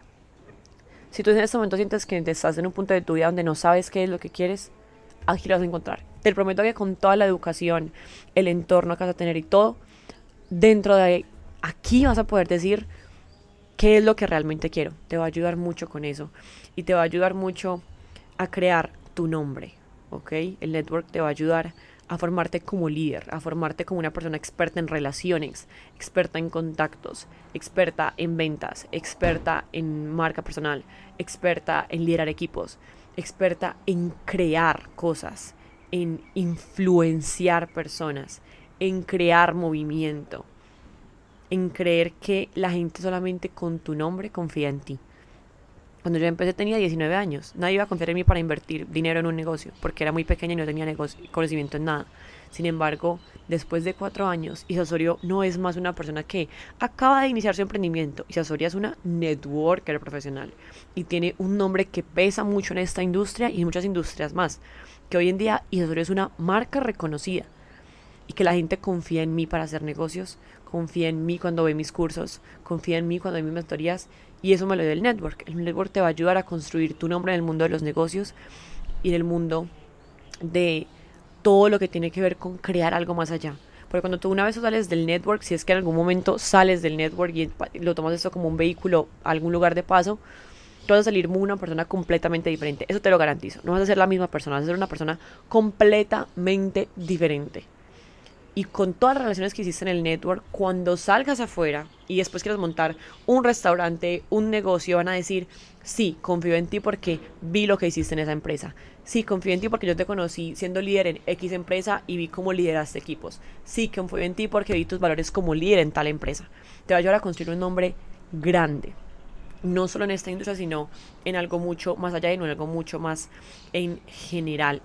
Si tú en este momento sientes que estás en un punto de tu vida donde no sabes qué es lo que quieres, aquí lo vas a encontrar. Te prometo que con toda la educación, el entorno que vas a tener y todo, dentro de aquí vas a poder decir qué es lo que realmente quiero. Te va a ayudar mucho con eso. Y te va a ayudar mucho a crear tu nombre, ¿ok? El network te va a ayudar a formarte como líder, a formarte como una persona experta en relaciones, experta en contactos, experta en ventas, experta en marca personal, experta en liderar equipos, experta en crear cosas, en influenciar personas, en crear movimiento, en creer que la gente solamente con tu nombre confía en ti. Cuando yo empecé tenía 19 años. Nadie iba a confiar en mí para invertir dinero en un negocio, porque era muy pequeña y no tenía conocimiento en nada. Sin embargo, después de 4 años, Isa Osorio no es más una persona que acaba de iniciar su emprendimiento. Isa Osorio es una networker profesional y tiene un nombre que pesa mucho en esta industria y en muchas industrias más. Que hoy en día Isa Osorio es una marca reconocida y que la gente confía en mí para hacer negocios, confía en mí cuando ve mis cursos, confía en mí cuando ve mis mentorías, y eso me lo dio el network. El network te va a ayudar a construir tu nombre en el mundo de los negocios y en el mundo de todo lo que tiene que ver con crear algo más allá. Porque cuando tú una vez sales del network, si es que en algún momento sales del network y lo tomas esto como un vehículo a algún lugar de paso, tú vas a salir una persona completamente diferente. Eso te lo garantizo. No vas a ser la misma persona, vas a ser una persona completamente diferente. Y con todas las relaciones que hiciste en el network, cuando salgas afuera y después quieras montar un restaurante, un negocio, van a decir, sí, confío en ti porque vi lo que hiciste en esa empresa. Sí, confío en ti porque yo te conocí siendo líder en X empresa y vi cómo lideraste equipos. Sí, confío en ti porque vi tus valores como líder en tal empresa. Te va a ayudar a construir un nombre grande. No solo en esta industria, sino en algo mucho más allá y en algo mucho más en general.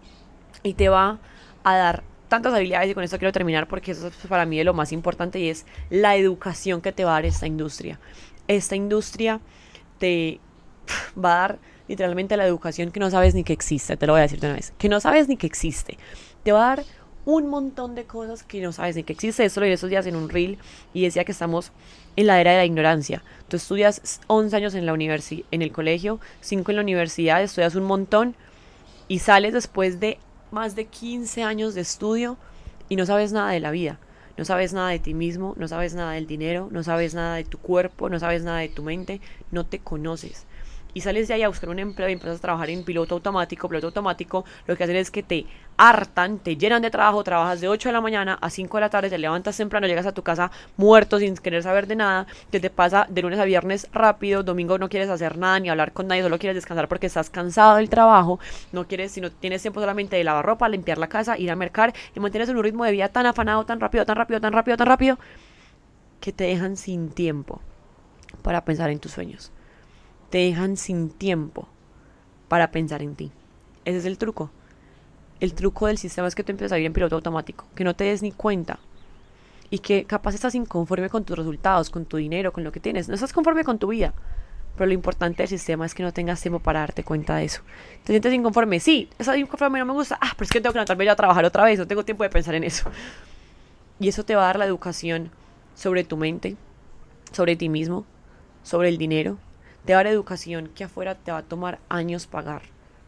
Y te va a dar tantas habilidades, y con esto quiero terminar porque eso es para mí de lo más importante, y es la educación que te va a dar esta industria. Esta industria te va a dar literalmente la educación que no sabes ni que existe, te lo voy a decir de una vez, que no sabes ni que existe. Te va a dar un montón de cosas que no sabes ni que existe. Esto lo vi esos días en un reel y decía que estamos en la era de la ignorancia. Tú estudias 11 años en el colegio, 5 en la universidad, estudias un montón y sales después de más de 15 años de estudio y no sabes nada de la vida, no sabes nada de ti mismo, no sabes nada del dinero, no sabes nada de tu cuerpo, no sabes nada de tu mente, no te conoces. Y sales de ahí a buscar un empleo y empiezas a trabajar en piloto automático, lo que hacen es que te hartan, te llenan de trabajo, trabajas de 8 de la mañana a 5 de la tarde, te levantas temprano, llegas a tu casa muerto sin querer saber de nada, que te pasa de lunes a viernes rápido, domingo no quieres hacer nada ni hablar con nadie, solo quieres descansar porque estás cansado del trabajo, no quieres, si no tienes tiempo solamente de lavar ropa, limpiar la casa, ir a mercar y mantienes en un ritmo de vida tan afanado, tan rápido, que te dejan sin tiempo para pensar en tus sueños. Te dejan sin tiempo para pensar en ti. Ese es el truco. El truco del sistema es que tú empiezas a ir en piloto automático, que no te des ni cuenta y que capaz estás inconforme con tus resultados, con tu dinero, con lo que tienes. No estás conforme con tu vida, pero lo importante del sistema es que no tengas tiempo para darte cuenta de eso. ¿Te sientes inconforme? Sí, estás inconforme, no me gusta. Pero es que tengo que levantarme ya a trabajar otra vez, no tengo tiempo de pensar en eso. Y eso te va a dar la educación sobre tu mente, sobre ti mismo, sobre el dinero. Te va a dar educación que afuera te va a tomar años pagar.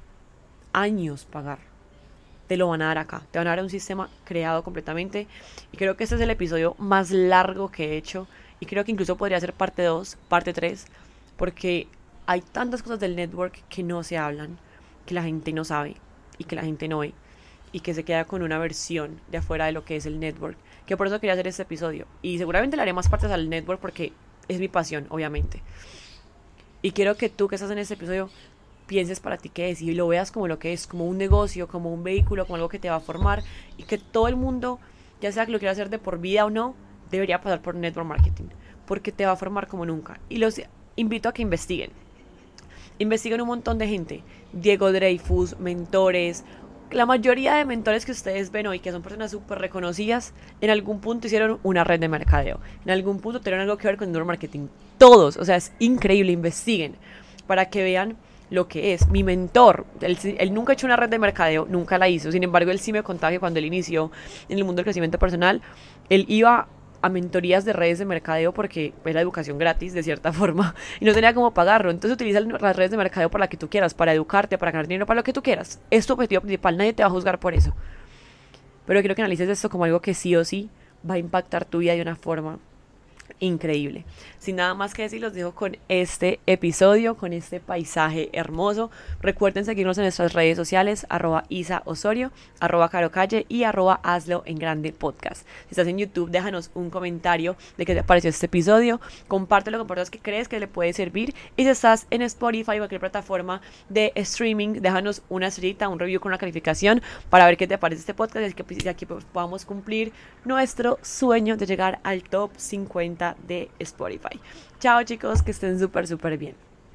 Años pagar. Te lo van a dar acá. Te van a dar un sistema creado completamente. Y creo que este es el episodio más largo que he hecho. Y creo que incluso podría ser parte 2, parte 3. Porque hay tantas cosas del network que no se hablan, que la gente no sabe y que la gente no ve. Y que se queda con una versión de afuera de lo que es el network. Que por eso quería hacer este episodio. Y seguramente le haré más partes al network porque es mi pasión, obviamente. Y quiero que tú que estás en este episodio pienses para ti qué es y lo veas como lo que es, como un negocio, como un vehículo, como algo que te va a formar y que todo el mundo, ya sea que lo quiera hacer de por vida o no, debería pasar por network marketing porque te va a formar como nunca. Y los invito a que investiguen un montón de gente, Diego Dreyfus, mentores. La mayoría de mentores que ustedes ven hoy, que son personas súper reconocidas, en algún punto hicieron una red de mercadeo. En algún punto tuvieron algo que ver con network marketing. Todos, o sea, es increíble, investiguen para que vean lo que es. Mi mentor, él nunca ha hecho una red de mercadeo, nunca la hizo. Sin embargo, él sí me contaba que cuando él inició en el mundo del crecimiento personal, él iba a mentorías de redes de mercadeo porque era educación gratis de cierta forma y no tenía cómo pagarlo. Entonces utiliza las redes de mercadeo para la que tú quieras, para educarte, para ganar dinero, para lo que tú quieras. Es tu objetivo principal, nadie te va a juzgar por eso. Pero quiero que analices esto como algo que sí o sí va a impactar tu vida de una forma increíble. Sin nada más que decir, los dejo con este episodio, con este paisaje hermoso. Recuerden seguirnos en nuestras redes sociales, @IsaOsorio, @CaroCalle y @Hazlo en Grande Podcast. Si estás en YouTube, déjanos un comentario de qué te pareció este episodio, compártelo con personas que crees que le puede servir, y si estás en Spotify o cualquier plataforma de streaming, déjanos una estrellita, un review con una calificación para ver qué te parece este podcast y aquí podamos cumplir nuestro sueño de llegar al top 50 de Spotify. Chao chicos, que estén súper bien.